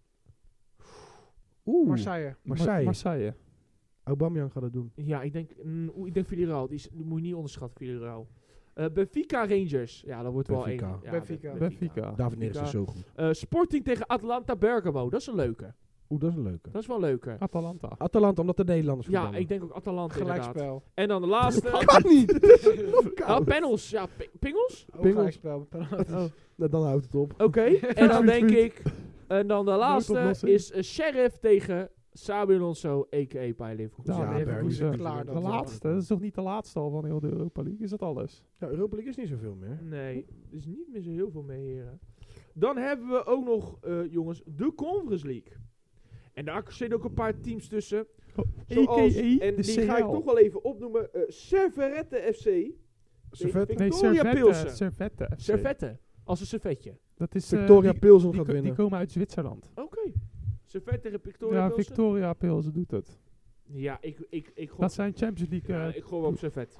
Oeh. Marseille. Marseille. Aubameyang gaat het doen. Ja, ik denk Villarreal. Die moet je niet onderschatten, Villarreal. Benfica, Rangers. Ja, dat wordt wel één. Benfica. Ja, Benfica. Benfica. David Neres is zo goed. Sporting tegen Atalanta Bergamo. Dat is een leuke. Oeh, dat is een leuke. Dat is wel een leuke. Atalanta. Atalanta, omdat de Nederlanders Ja, voetballen. ik denk ook Atalanta inderdaad. Gelijkspel. En dan de laatste. Kan niet! Ja, panels. Ja, pingels? Ook Pingels. gelijkspel. Nou, dan houdt het op. Oké. En dan denk Tweet. ik... En dan de laatste oplossing. is Sheriff tegen Xabi Alonso, a.k.a. bij Liverpool. Ja, Ja, Leverkusen. Bergen. Klaar De dan. laatste. Dat is toch niet de laatste al van heel de Europa League? Is dat alles? Ja, Europa League is niet zoveel meer. Nee, er is niet meer zo heel veel mee, heren. Dan hebben we ook nog, jongens, de Conference League. En daar zitten ook een paar teams tussen. Zoals, A.k.a. en de die ga ik CL. toch wel even opnoemen. Servette FC. Servette. Nee, Victoria Pilsen. Servette FC. Servette. Als een servetje. Dat is, Victoria die- Pilsen die gaat ko- Die winnen. komen uit Zwitserland. Oké. Servette tegen Victoria Ja, Pilsen. Victoria Pilsen doet het. Ja, ik Dat zijn Champions League. ja, ik gooi wel op Servette.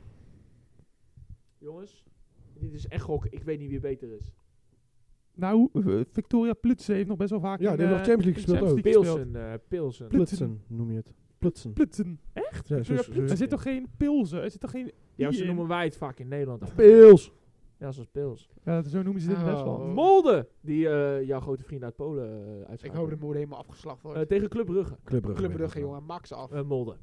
Jongens, dit is echt gokken. Ik weet niet wie beter is. Nou, Victoria Plutsen heeft nog best wel vaak Ja, in, die heeft nog Champions League in gespeeld ook. Pilsen. Plutsen noem je het. Plutsen. Plutsen. Echt? Ja, Er zit toch geen Pilsen? Er zit toch geen Ja, I zo in? noemen wij het vaak in Nederland. Pils. Ja, zoals Pils. Ja, zo noemen ze dit in Oh. Westland. Molde, die jouw grote vriend uit Polen Ik uitschakelde. hoop dat Moeder helemaal afgeslacht wordt. Tegen Club Brugge. Club Brugge. Club Brugge, jongen. Maak ze af. Molde.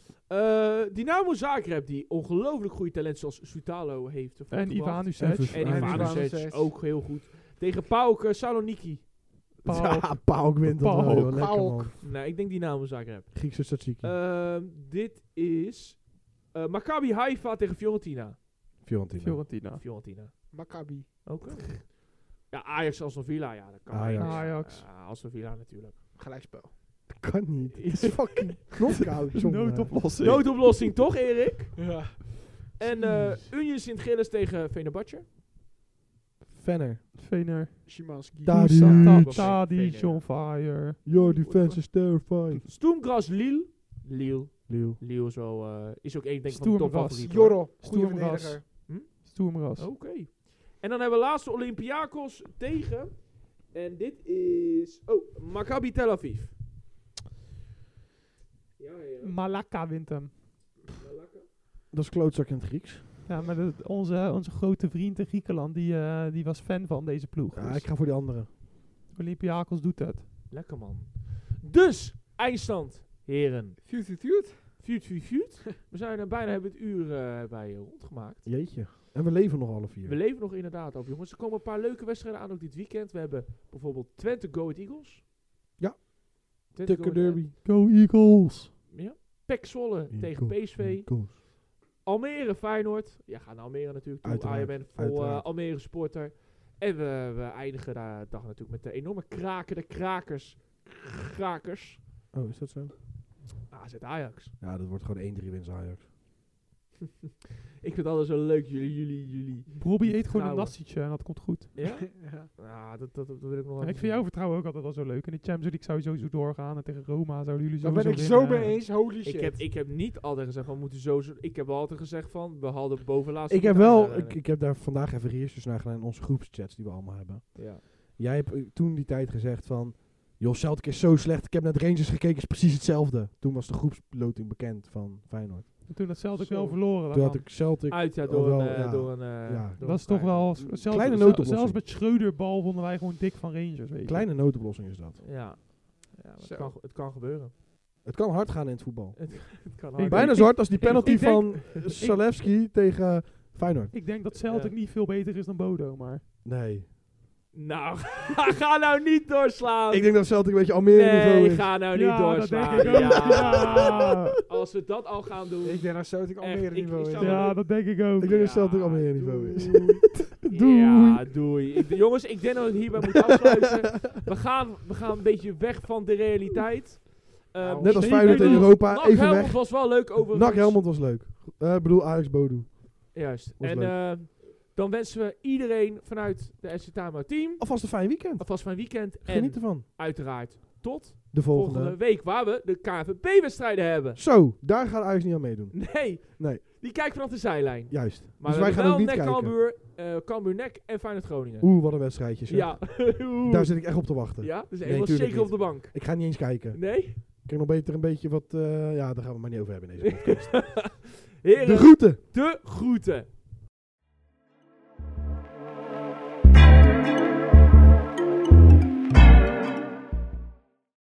Dynamo Zagreb, die ongelooflijk goede talent zoals Sutalo heeft. En voortgebracht. Ivanovic. En Ivanovic Ivanovic. ook heel goed. Tegen PAOK Saloniki. Ja, Pauk wint dat wel. Pauk. joh. Lekker Pauk. man. Nee, ik denk Dynamo Zagreb. Griekse Tsatsiki. Dit is Maccabi Haifa tegen Fiorentina. Fiorentina. Fiorentina. Maccabi. Oké. Ja, Ajax Aston Villa, ja, dat kan. Ajax. Ja, Aston Villa natuurlijk. Gelijkspel. Kan niet. Het is fucking knockout. jongen. Noodoplossing. Noodoplossing toch, Erik? Ja. En Union Sint-Gilles tegen Fenerbahce. Venner. Vener. Szymanski. Tadic. Tadic on fire. Your defense is terrifying. Stoemgras Lille. Lille is wel, is ook één denk ik van de Stoemgras. topfavorieten. hoor. Jorro. Goeie Stoemras. verdediger. Stoemras. Oké. En dan hebben we laatste Olympiakos tegen. En dit is... Oh, Maccabi Tel Aviv. Ja, Malaka wint hem. Dat is klootzak in het Grieks. Ja, maar onze grote vriend in Griekenland, die was fan van deze ploeg. Ja, Dus ik ga voor die andere. Olympiakos doet het. Lekker man. Dus, eindstand, heren. Feud. Feud. We zijn er bijna, hebben het uur bij rondgemaakt. Jeetje. En we leven nog alle vier. We leven nog inderdaad over, jongens. Er komen een paar leuke wedstrijden aan ook dit weekend. We hebben bijvoorbeeld Twente Go Ahead Eagles. Ja. Twente Tukker Go Ahead Derby. Go Eagles! Ja. PEC Zwolle tegen PSV. Almere Feyenoord. Ja, gaat naar Almere natuurlijk toe. Uiteraard, Je bent vol uiteraard. Almere supporter. En we eindigen daar dag natuurlijk met de enorme kraken. De krakers. krakers. Oh, is dat zo? AZ Ajax. Ja, dat wordt gewoon 1-3 winst Ajax. Ik vind het altijd zo leuk, jullie. Robbie eet gewoon een Trouwen. nassietje en dat komt goed. Ja? Ja. Ja, dat wil ik nog En even ik vind jouw vertrouwen ook altijd wel zo leuk. In de Champions League zou je sowieso doorgaan. En tegen Roma zouden jullie Daar sowieso ben ik zo winnen. mee eens. Holy shit. Ik heb niet altijd gezegd van moeten zo. Ik heb wel altijd gezegd van we hadden bovenlaatst. Ik heb wel, ik heb daar vandaag even research naar gedaan in onze groepschats die we allemaal hebben. Ja. Jij hebt toen die tijd gezegd van, joh, Celtic is zo slecht. Ik heb naar de Rangers gekeken, is precies hetzelfde. Toen was de groepsloting bekend van Feyenoord. En toen had Celtic Zo. wel verloren. Toen had daarvan. ik Celtic... Uit ja, al door wel, een. ja. Door een Ja. door Dat is een toch wel... Kleine noodoplossing. Zelfs met Schreuderbal vonden wij gewoon dik van Rangers. Weet je. Kleine noodoplossing is dat. Ja. Maar Zo. het kan gebeuren. Het kan hard gaan in het voetbal. Het kan Ik hard. Bijna zo hard als die penalty ik denk- van Zalewski tegen Feyenoord. Ik denk dat Celtic Ja. niet veel beter is dan Bodo, maar... Nee. Nou, ga nou niet doorslaan. Ik denk dat Celtic een beetje Almere niveau Nee, is. ga nou niet Ja, dat doorslaan. denk ik ook. Ja. Ja. Als we dat al gaan doen. Ik denk dat Celtic Echt, Almere ik niveau is. zou- Ja, dat denk ik ook. Ik denk dat Ja, Celtic Almere niveau is. Doei. Ja, doei. Jongens, ik denk dat we het hierbij moeten afsluiten. We gaan een beetje weg van de realiteit. Net als Zeker. Feyenoord in Europa, NAC even Helmond weg. was wel leuk over. NAC Helmond was leuk. Ik bedoel Ajax Bodo. Juist. Was En leuk. dan wensen we iedereen vanuit de SC Tama team Alvast een fijn weekend. alvast van weekend. Geniet En ervan. uiteraard tot De volgende volgende. week waar we de KNVB-wedstrijden hebben. Zo, daar gaat Ajax niet aan meedoen. Nee. Die kijkt vanaf de zijlijn. Juist. Maar Dus we wij gaan hebben ook niet wel kijken. Cambuur, Cambuur Nek en Feyenoord Groningen. Oeh, wat een wedstrijdje. zeg. Ja. Daar zit ik echt op te wachten. Ja, dus Nee, helemaal tuurlijk zeker op niet. de bank. Ik ga niet eens kijken. Nee? Ik kan nog beter een beetje wat... ja, daar gaan we het maar niet over hebben in deze podcast. Heren, De groeten! de groeten.